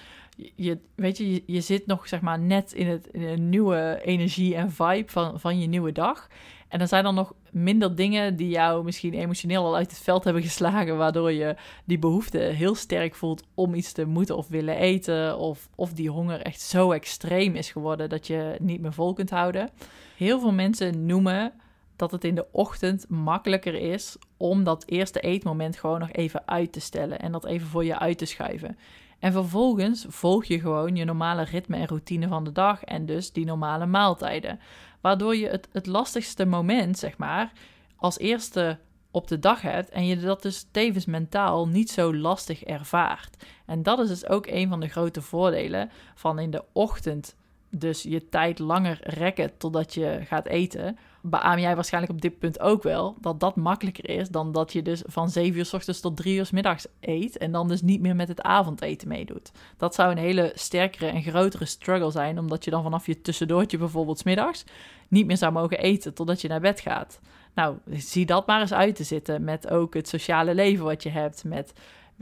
Je zit nog zeg maar net in een nieuwe energie en vibe van je nieuwe dag. En er zijn dan nog minder dingen die jou misschien emotioneel al uit het veld hebben geslagen, waardoor je die behoefte heel sterk voelt om iets te moeten of willen eten, of die honger echt zo extreem is geworden dat je niet meer vol kunt houden. Heel veel mensen noemen dat het in de ochtend makkelijker is om dat eerste eetmoment gewoon nog even uit te stellen en dat even voor je uit te schuiven. En vervolgens volg je gewoon je normale ritme en routine van de dag en dus die normale maaltijden. Waardoor je het lastigste moment, zeg maar, als eerste op de dag hebt en je dat dus tevens mentaal niet zo lastig ervaart. En dat is dus ook een van de grote voordelen van in de ochtend dus je tijd langer rekken totdat je gaat eten. Beaam jij waarschijnlijk op dit punt ook wel dat dat makkelijker is dan dat je dus van 7 uur 's ochtends tot 3 uur 's middags eet en dan dus niet meer met het avondeten meedoet. Dat zou een hele sterkere en grotere struggle zijn, omdat je dan vanaf je tussendoortje bijvoorbeeld 's middags niet meer zou mogen eten totdat je naar bed gaat. Nou, zie dat maar eens uit te zitten met ook het sociale leven wat je hebt, met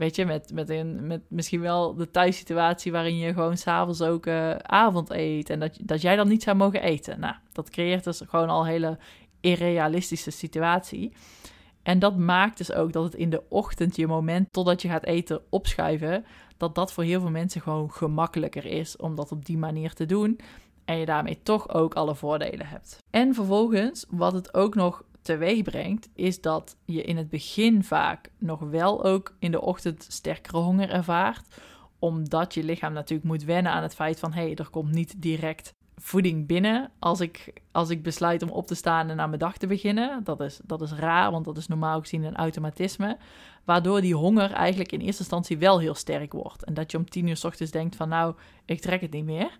misschien wel de thuissituatie waarin je gewoon 's avonds ook avond eet en dat jij dan niet zou mogen eten. Nou, dat creëert dus gewoon al een hele irrealistische situatie. En dat maakt dus ook dat het in de ochtend je moment totdat je gaat eten opschuiven, dat voor heel veel mensen gewoon gemakkelijker is om dat op die manier te doen en je daarmee toch ook alle voordelen hebt. En vervolgens, wat het ook nog teweeg brengt, is dat je in het begin vaak nog wel ook in de ochtend sterkere honger ervaart, omdat je lichaam natuurlijk moet wennen aan het feit van er komt niet direct voeding binnen als ik besluit om op te staan en aan mijn dag te beginnen. Dat is raar, want dat is normaal gezien een automatisme, waardoor die honger eigenlijk in eerste instantie wel heel sterk wordt. En dat je om 10 uur 's ochtends denkt van nou, ik trek het niet meer.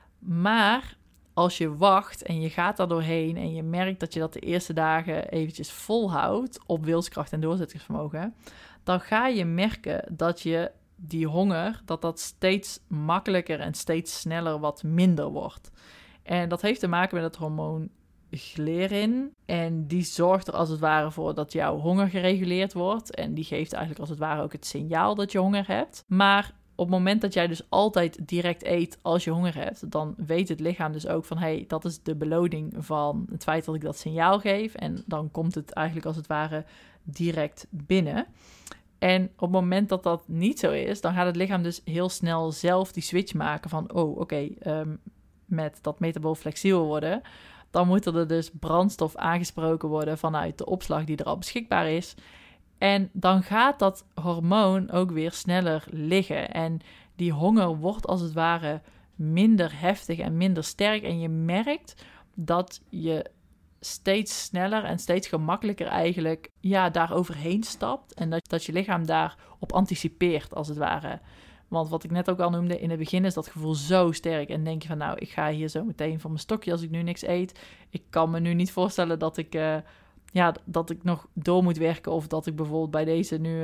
Maar als je wacht en je gaat daar doorheen en je merkt dat je dat de eerste dagen eventjes volhoudt op wilskracht en doorzettingsvermogen, dan ga je merken dat je die honger, dat steeds makkelijker en steeds sneller wat minder wordt. En dat heeft te maken met het hormoon ghrelin. En die zorgt er als het ware voor dat jouw honger gereguleerd wordt. En die geeft eigenlijk als het ware ook het signaal dat je honger hebt. Maar op het moment dat jij dus altijd direct eet als je honger hebt, dan weet het lichaam dus ook van dat is de beloning van het feit dat ik dat signaal geef. En dan komt het eigenlijk als het ware direct binnen. En op het moment dat dat niet zo is, dan gaat het lichaam dus heel snel zelf die switch maken van met dat metabool flexibel worden, dan moet er dus brandstof aangesproken worden vanuit de opslag die er al beschikbaar is. En dan gaat dat hormoon ook weer sneller liggen. En die honger wordt als het ware minder heftig en minder sterk. En je merkt dat je steeds sneller en steeds gemakkelijker eigenlijk daar overheen stapt. En dat je lichaam daarop anticipeert als het ware. Want wat ik net ook al noemde, in het begin is dat gevoel zo sterk. En denk je van, nou, ik ga hier zo meteen van mijn stokje als ik nu niks eet. Ik kan me nu niet voorstellen dat ik nog door moet werken. Of dat ik bijvoorbeeld bij deze nu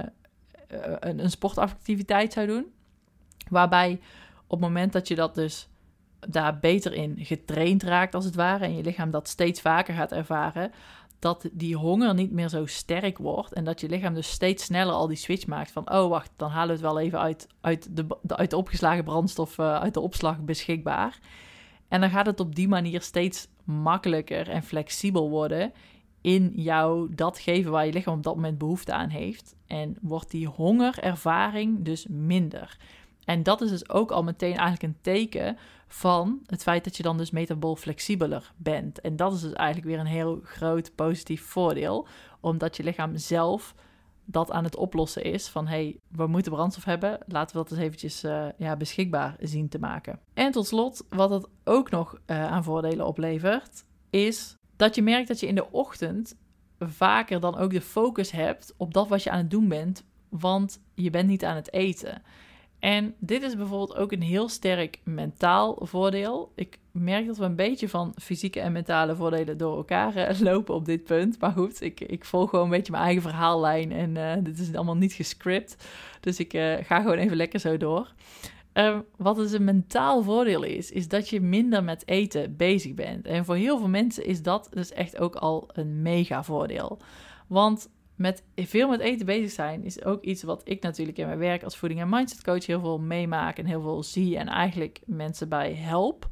een sportactiviteit zou doen. Waarbij op het moment dat je dat dus daar beter in getraind raakt als het ware, en je lichaam dat steeds vaker gaat ervaren, dat die honger niet meer zo sterk wordt en dat je lichaam dus steeds sneller al die switch maakt van, oh wacht, dan halen we het wel even uit de opgeslagen brandstof, uit de opslag beschikbaar. En dan gaat het op die manier steeds makkelijker en flexibel worden in jou dat geven waar je lichaam op dat moment behoefte aan heeft. En wordt die hongerervaring dus minder. En dat is dus ook al meteen eigenlijk een teken van het feit dat je dan dus metabool flexibeler bent. En dat is dus eigenlijk weer een heel groot positief voordeel, omdat je lichaam zelf dat aan het oplossen is van, hey, we moeten brandstof hebben, laten we dat eens eventjes beschikbaar zien te maken. En tot slot, wat het ook nog aan voordelen oplevert, is dat je merkt dat je in de ochtend vaker dan ook de focus hebt op dat wat je aan het doen bent, want je bent niet aan het eten. En dit is bijvoorbeeld ook een heel sterk mentaal voordeel. Ik merk dat we een beetje van fysieke en mentale voordelen door elkaar lopen op dit punt. Maar goed, ik volg gewoon een beetje mijn eigen verhaallijn en dit is allemaal niet gescript. Dus ik ga gewoon even lekker zo door. Wat dus een mentaal voordeel is dat je minder met eten bezig bent. En voor heel veel mensen is dat dus echt ook al een mega voordeel. Want veel met eten bezig zijn is ook iets wat ik natuurlijk in mijn werk als voeding- en mindset coach heel veel meemaak en heel veel zie en eigenlijk mensen bij help.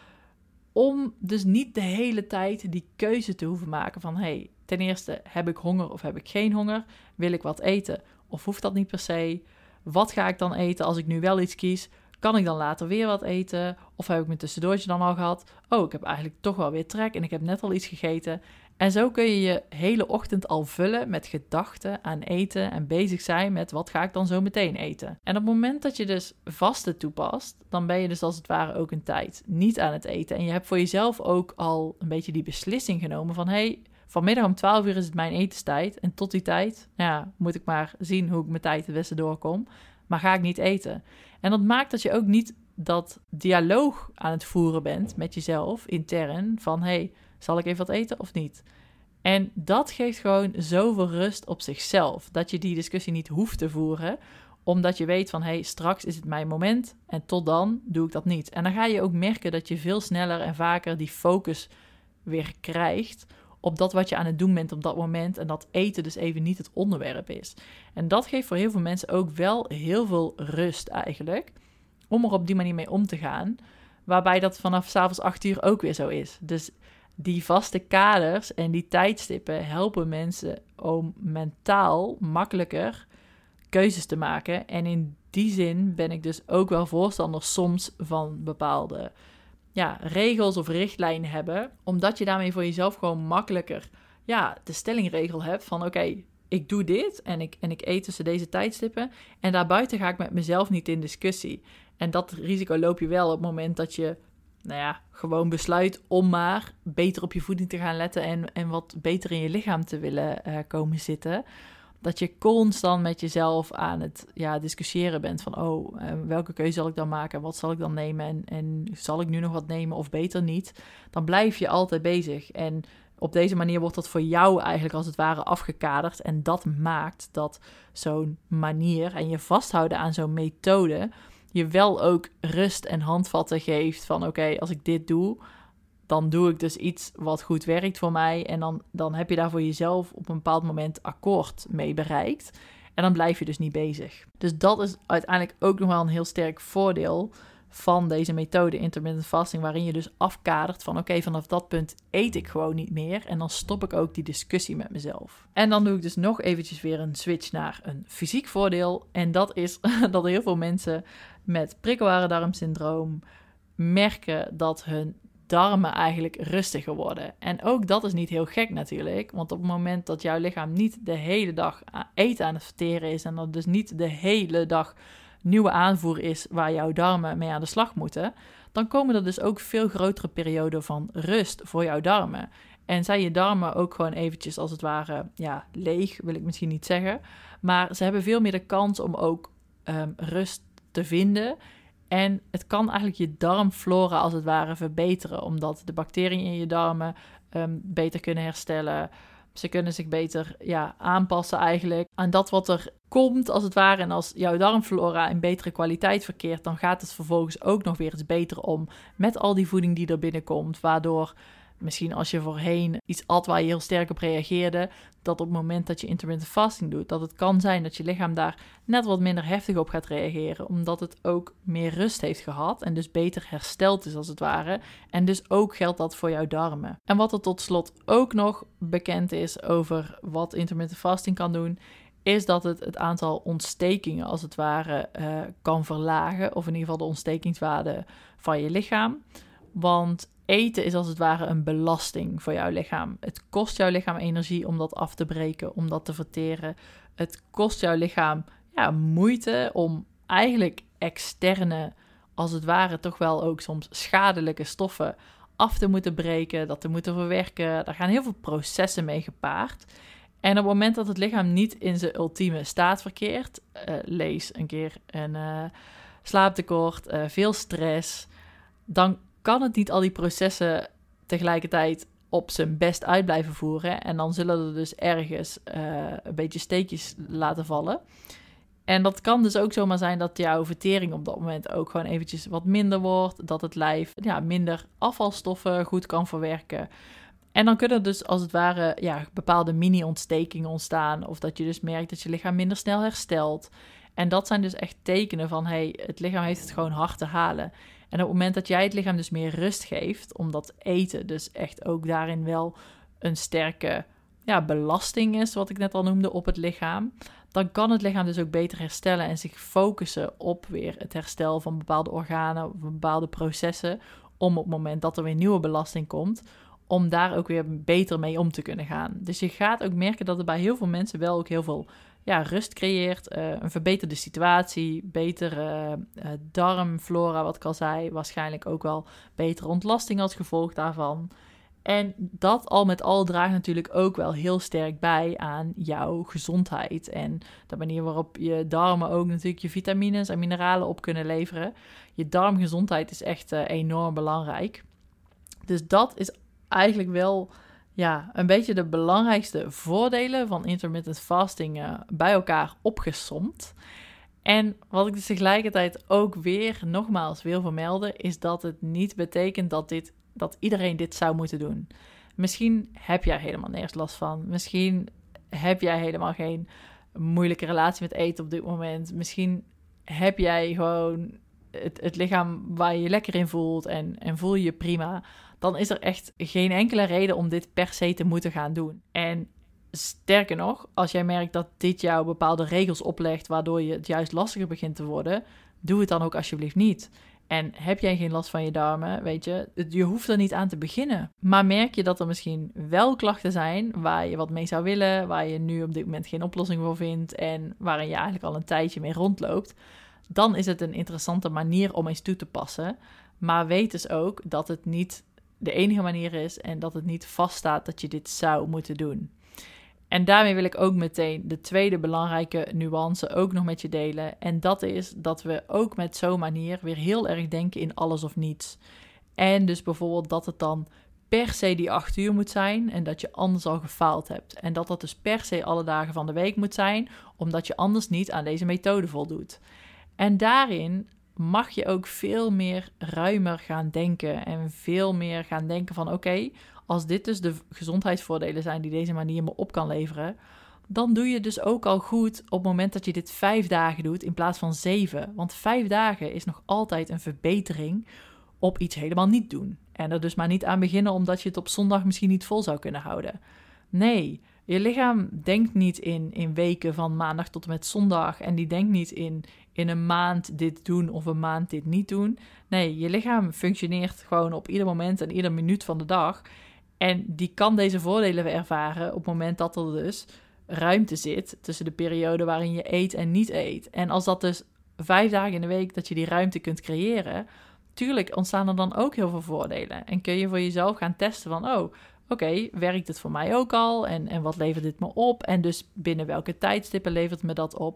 Om dus niet de hele tijd die keuze te hoeven maken van, hey, ten eerste, heb ik honger of heb ik geen honger? Wil ik wat eten of hoeft dat niet per se? Wat ga ik dan eten als ik nu wel iets kies? Kan ik dan later weer wat eten? Of heb ik mijn tussendoortje dan al gehad? Oh, ik heb eigenlijk toch wel weer trek en ik heb net al iets gegeten. En zo kun je je hele ochtend al vullen met gedachten aan eten en bezig zijn met wat ga ik dan zo meteen eten. En op het moment dat je dus vasten toepast, dan ben je dus als het ware ook een tijd niet aan het eten. En je hebt voor jezelf ook al een beetje die beslissing genomen van, hey, vanmiddag om 12 uur is het mijn etenstijd. En tot die tijd, moet ik maar zien hoe ik mijn tijd het beste doorkom. Maar ga ik niet eten. En dat maakt dat je ook niet dat dialoog aan het voeren bent met jezelf intern van, hey, zal ik even wat eten of niet? En dat geeft gewoon zoveel rust op zichzelf, dat je die discussie niet hoeft te voeren, omdat je weet van, hey, straks is het mijn moment en tot dan doe ik dat niet. En dan ga je ook merken dat je veel sneller en vaker die focus weer krijgt op dat wat je aan het doen bent op dat moment en dat eten dus even niet het onderwerp is. En dat geeft voor heel veel mensen ook wel heel veel rust eigenlijk, om er op die manier mee om te gaan, waarbij dat vanaf 's avonds 8 uur ook weer zo is. Dus die vaste kaders en die tijdstippen helpen mensen om mentaal makkelijker keuzes te maken. En in die zin ben ik dus ook wel voorstander soms van bepaalde regels of richtlijnen hebben, omdat je daarmee voor jezelf gewoon makkelijker de stellingregel hebt van oké, ik doe dit en ik eet tussen deze tijdstippen en daarbuiten ga ik met mezelf niet in discussie. En dat risico loop je wel op het moment dat je gewoon besluit om maar beter op je voeding te gaan letten en wat beter in je lichaam te willen komen zitten. Dat je constant met jezelf aan het discussiëren bent van welke keuze zal ik dan maken en wat zal ik dan nemen en zal ik nu nog wat nemen of beter niet. Dan blijf je altijd bezig en op deze manier wordt dat voor jou eigenlijk als het ware afgekaderd en dat maakt dat zo'n manier en je vasthouden aan zo'n methode je wel ook rust en handvatten geeft van oké, als ik dit doe, dan doe ik dus iets wat goed werkt voor mij. En dan heb je daar voor jezelf op een bepaald moment akkoord mee bereikt. En dan blijf je dus niet bezig. Dus dat is uiteindelijk ook nog wel een heel sterk voordeel van deze methode intermittent fasting, waarin je dus afkadert van oké, vanaf dat punt eet ik gewoon niet meer. En dan stop ik ook die discussie met mezelf. En dan doe ik dus nog eventjes weer een switch naar een fysiek voordeel. En dat is dat heel veel mensen met prikkelbare darmsyndroom merken dat hun darmen eigenlijk rustiger worden. En ook dat is niet heel gek natuurlijk, want op het moment dat jouw lichaam niet de hele dag eten aan het verteren is en dat dus niet de hele dag nieuwe aanvoer is waar jouw darmen mee aan de slag moeten, dan komen er dus ook veel grotere perioden van rust voor jouw darmen. En zijn je darmen ook gewoon eventjes als het ware leeg, wil ik misschien niet zeggen, maar ze hebben veel meer de kans om ook rust te vinden. En het kan eigenlijk je darmflora als het ware verbeteren, omdat de bacteriën in je darmen beter kunnen herstellen. Ze kunnen zich beter aanpassen eigenlijk aan dat wat er komt als het ware. En als jouw darmflora in betere kwaliteit verkeert, dan gaat het vervolgens ook nog weer eens beter om met al die voeding die er binnenkomt. Waardoor misschien als je voorheen iets at waar je heel sterk op reageerde, dat op het moment dat je intermittent fasting doet, dat het kan zijn dat je lichaam daar net wat minder heftig op gaat reageren, omdat het ook meer rust heeft gehad en dus beter hersteld is als het ware. En dus ook geldt dat voor jouw darmen. En wat er tot slot ook nog bekend is over wat intermittent fasting kan doen, is dat het aantal ontstekingen als het ware kan verlagen, of in ieder geval de ontstekingswaarde van je lichaam. Want eten is als het ware een belasting voor jouw lichaam. Het kost jouw lichaam energie om dat af te breken, om dat te verteren. Het kost jouw lichaam moeite om eigenlijk externe, als het ware toch wel ook soms schadelijke stoffen af te moeten breken, dat te moeten verwerken. Daar gaan heel veel processen mee gepaard. En op het moment dat het lichaam niet in zijn ultieme staat verkeert, lees een keer een slaaptekort, veel stress, dan kan het niet al die processen tegelijkertijd op zijn best uit blijven voeren. En dan zullen er dus ergens een beetje steekjes laten vallen. En dat kan dus ook zomaar zijn dat jouw vertering op dat moment ook gewoon eventjes wat minder wordt. Dat het lijf minder afvalstoffen goed kan verwerken. En dan kunnen er dus als het ware bepaalde mini-ontstekingen ontstaan. Of dat je dus merkt dat je lichaam minder snel herstelt. En dat zijn dus echt tekenen van het lichaam heeft het gewoon hard te halen. En op het moment dat jij het lichaam dus meer rust geeft, omdat eten dus echt ook daarin wel een sterke belasting is, wat ik net al noemde, op het lichaam, dan kan het lichaam dus ook beter herstellen en zich focussen op weer het herstel van bepaalde organen of bepaalde processen, om op het moment dat er weer nieuwe belasting komt, om daar ook weer beter mee om te kunnen gaan. Dus je gaat ook merken dat het bij heel veel mensen wel ook heel veel rust creëert, een verbeterde situatie, betere darmflora, wat ik al zei, waarschijnlijk ook wel betere ontlasting als gevolg daarvan. En dat al met al draagt natuurlijk ook wel heel sterk bij aan jouw gezondheid en de manier waarop je darmen ook natuurlijk je vitamines en mineralen op kunnen leveren. Je darmgezondheid is echt enorm belangrijk. Dus dat is eigenlijk wel een beetje de belangrijkste voordelen van intermittent fasting bij elkaar opgesomd. En wat ik dus tegelijkertijd ook weer nogmaals wil vermelden, is dat het niet betekent dat iedereen dit zou moeten doen. Misschien heb jij helemaal nergens last van. Misschien heb jij helemaal geen moeilijke relatie met eten op dit moment. Misschien heb jij gewoon het lichaam waar je je lekker in voelt en voel je je prima. Dan is er echt geen enkele reden om dit per se te moeten gaan doen. En sterker nog, als jij merkt dat dit jou bepaalde regels oplegt, waardoor je het juist lastiger begint te worden, doe het dan ook alsjeblieft niet. En heb jij geen last van je darmen, weet je hoeft er niet aan te beginnen. Maar merk je dat er misschien wel klachten zijn waar je wat mee zou willen, waar je nu op dit moment geen oplossing voor vindt en waarin je eigenlijk al een tijdje mee rondloopt, dan is het een interessante manier om eens toe te passen. Maar weet dus ook dat het niet de enige manier is en dat het niet vaststaat dat je dit zou moeten doen. En daarmee wil ik ook meteen de tweede belangrijke nuance ook nog met je delen. En dat is dat we ook met zo'n manier weer heel erg denken in alles of niets. En dus bijvoorbeeld dat het dan per se die 8 uur moet zijn en dat je anders al gefaald hebt. En dat dus per se alle dagen van de week moet zijn, omdat je anders niet aan deze methode voldoet. En daarin mag je ook veel meer ruimer gaan denken en veel meer gaan denken van oké, als dit dus de gezondheidsvoordelen zijn die deze manier me op kan leveren, dan doe je dus ook al goed op het moment dat je dit 5 dagen doet in plaats van 7. Want 5 dagen is nog altijd een verbetering op iets helemaal niet doen. En er dus maar niet aan beginnen omdat je het op zondag misschien niet vol zou kunnen houden. Nee, je lichaam denkt niet in weken van maandag tot en met zondag en die denkt niet in een maand dit doen of een maand dit niet doen. Nee, je lichaam functioneert gewoon op ieder moment en ieder minuut van de dag. En die kan deze voordelen ervaren op het moment dat er dus ruimte zit tussen de periode waarin je eet en niet eet. En als dat dus 5 dagen in de week dat je die ruimte kunt creëren, tuurlijk ontstaan er dan ook heel veel voordelen. En kun je voor jezelf gaan testen van, oké, werkt het voor mij ook al? En wat levert dit me op? En dus binnen welke tijdstippen levert me dat op?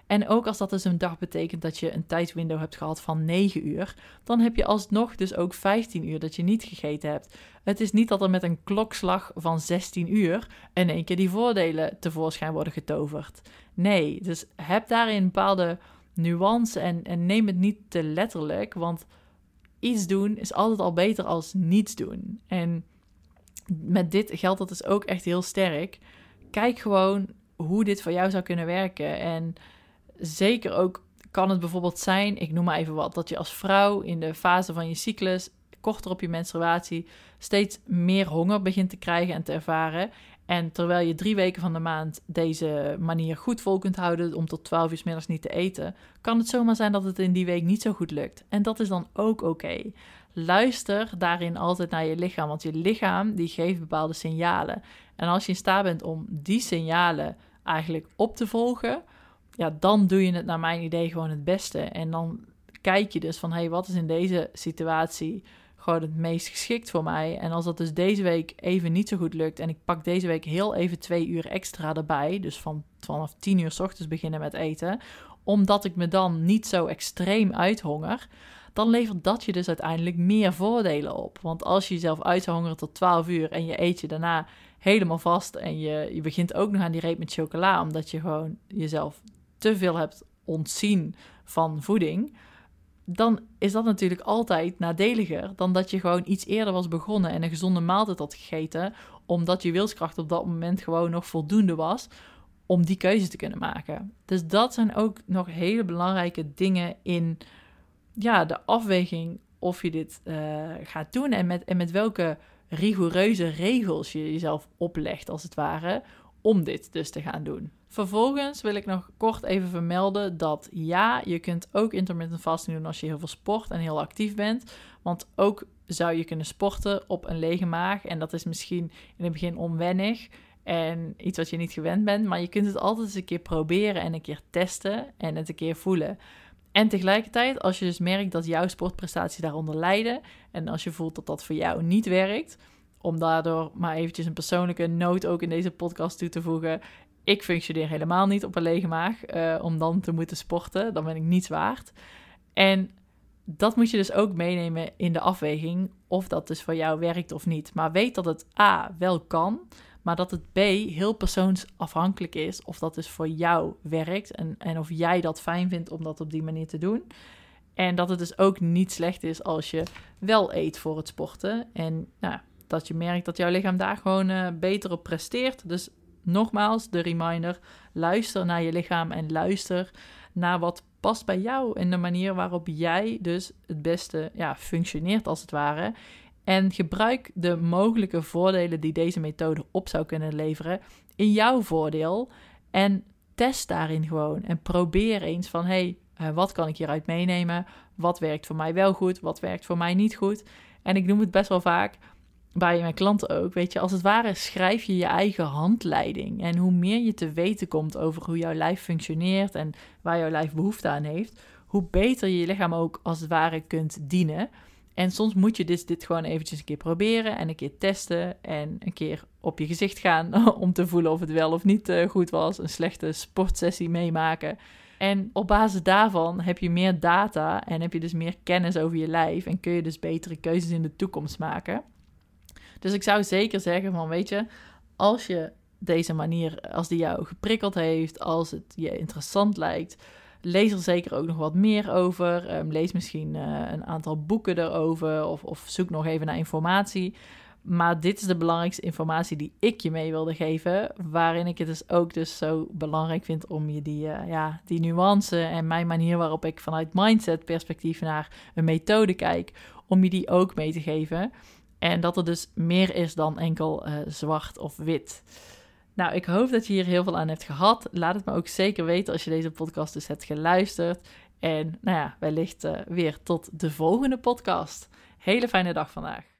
En ook als dat dus een dag betekent dat je een tijdswindow hebt gehad van 9 uur, dan heb je alsnog dus ook 15 uur dat je niet gegeten hebt. Het is niet dat er met een klokslag van 16 uur in één keer die voordelen tevoorschijn worden getoverd. Nee, dus heb daarin een bepaalde nuance en neem het niet te letterlijk, want iets doen is altijd al beter als niets doen. En met dit geldt dat dus ook echt heel sterk. Kijk gewoon hoe dit voor jou zou kunnen werken. En zeker ook kan het bijvoorbeeld zijn, ik noem maar even wat, dat je als vrouw in de fase van je cyclus, korter op je menstruatie, steeds meer honger begint te krijgen en te ervaren. En terwijl je 3 weken van de maand deze manier goed vol kunt houden om tot 12 uur 's middags niet te eten, kan het zomaar zijn dat het in die week niet zo goed lukt. En dat is dan ook oké. Luister daarin altijd naar je lichaam, want je lichaam die geeft bepaalde signalen. En als je in staat bent om die signalen eigenlijk op te volgen, ja, dan doe je het naar mijn idee gewoon het beste. En dan kijk je dus van, hey, wat is in deze situatie gewoon het meest geschikt voor mij? En als dat dus deze week even niet zo goed lukt en ik pak deze week heel even 2 uur extra erbij, dus vanaf 10 uur 's ochtends beginnen met eten, omdat ik me dan niet zo extreem uithonger, dan levert dat je dus uiteindelijk meer voordelen op. Want als je jezelf uit zou hongeren tot 12 uur en je eet je daarna helemaal vast en je begint ook nog aan die reep met chocola, omdat je gewoon jezelf te veel hebt ontzien van voeding, dan is dat natuurlijk altijd nadeliger dan dat je gewoon iets eerder was begonnen en een gezonde maaltijd had gegeten, omdat je wilskracht op dat moment gewoon nog voldoende was om die keuze te kunnen maken. Dus dat zijn ook nog hele belangrijke dingen in de afweging of je dit gaat doen en met welke rigoureuze regels je jezelf oplegt, als het ware, om dit dus te gaan doen. Vervolgens wil ik nog kort even vermelden dat ja, je kunt ook intermittent fasting doen als je heel veel sport en heel actief bent. Want ook zou je kunnen sporten op een lege maag. En dat is misschien in het begin onwennig en iets wat je niet gewend bent. Maar je kunt het altijd eens een keer proberen en een keer testen en het een keer voelen. En tegelijkertijd, als je dus merkt dat jouw sportprestaties daaronder lijden en als je voelt dat dat voor jou niet werkt, om daardoor maar eventjes een persoonlijke noot ook in deze podcast toe te voegen. Ik functioneer helemaal niet op een lege maag om dan te moeten sporten. Dan ben ik niets waard. En dat moet je dus ook meenemen in de afweging of dat dus voor jou werkt of niet. Maar weet dat het A, wel kan, maar dat het B, heel persoonsafhankelijk is of dat dus voor jou werkt en of jij dat fijn vindt om dat op die manier te doen. En dat het dus ook niet slecht is als je wel eet voor het sporten en dat je merkt dat jouw lichaam daar gewoon beter op presteert. Dus nogmaals, de reminder, luister naar je lichaam en luister naar wat past bij jou en de manier waarop jij dus het beste functioneert als het ware. En gebruik de mogelijke voordelen die deze methode op zou kunnen leveren in jouw voordeel en test daarin gewoon en probeer eens van wat kan ik hieruit meenemen? Wat werkt voor mij wel goed? Wat werkt voor mij niet goed? En ik noem het best wel vaak bij mijn klanten ook, weet je, als het ware schrijf je je eigen handleiding. En hoe meer je te weten komt over hoe jouw lijf functioneert en waar jouw lijf behoefte aan heeft, hoe beter je je lichaam ook als het ware kunt dienen. En soms moet je dus dit gewoon eventjes een keer proberen en een keer testen en een keer op je gezicht gaan om te voelen of het wel of niet goed was. Een slechte sportsessie meemaken. En op basis daarvan heb je meer data en heb je dus meer kennis over je lijf en kun je dus betere keuzes in de toekomst maken. Dus ik zou zeker zeggen van, weet je, als je deze manier, als die jou geprikkeld heeft, als het je interessant lijkt, lees er zeker ook nog wat meer over. Lees misschien een aantal boeken erover of zoek nog even naar informatie. Maar dit is de belangrijkste informatie die ik je mee wilde geven, waarin ik het dus ook dus zo belangrijk vind om je die nuance en mijn manier waarop ik vanuit mindset perspectief naar een methode kijk, om je die ook mee te geven. En dat er dus meer is dan enkel zwart of wit. Nou, ik hoop dat je hier heel veel aan hebt gehad. Laat het me ook zeker weten als je deze podcast dus hebt geluisterd. En wellicht weer tot de volgende podcast. Hele fijne dag vandaag.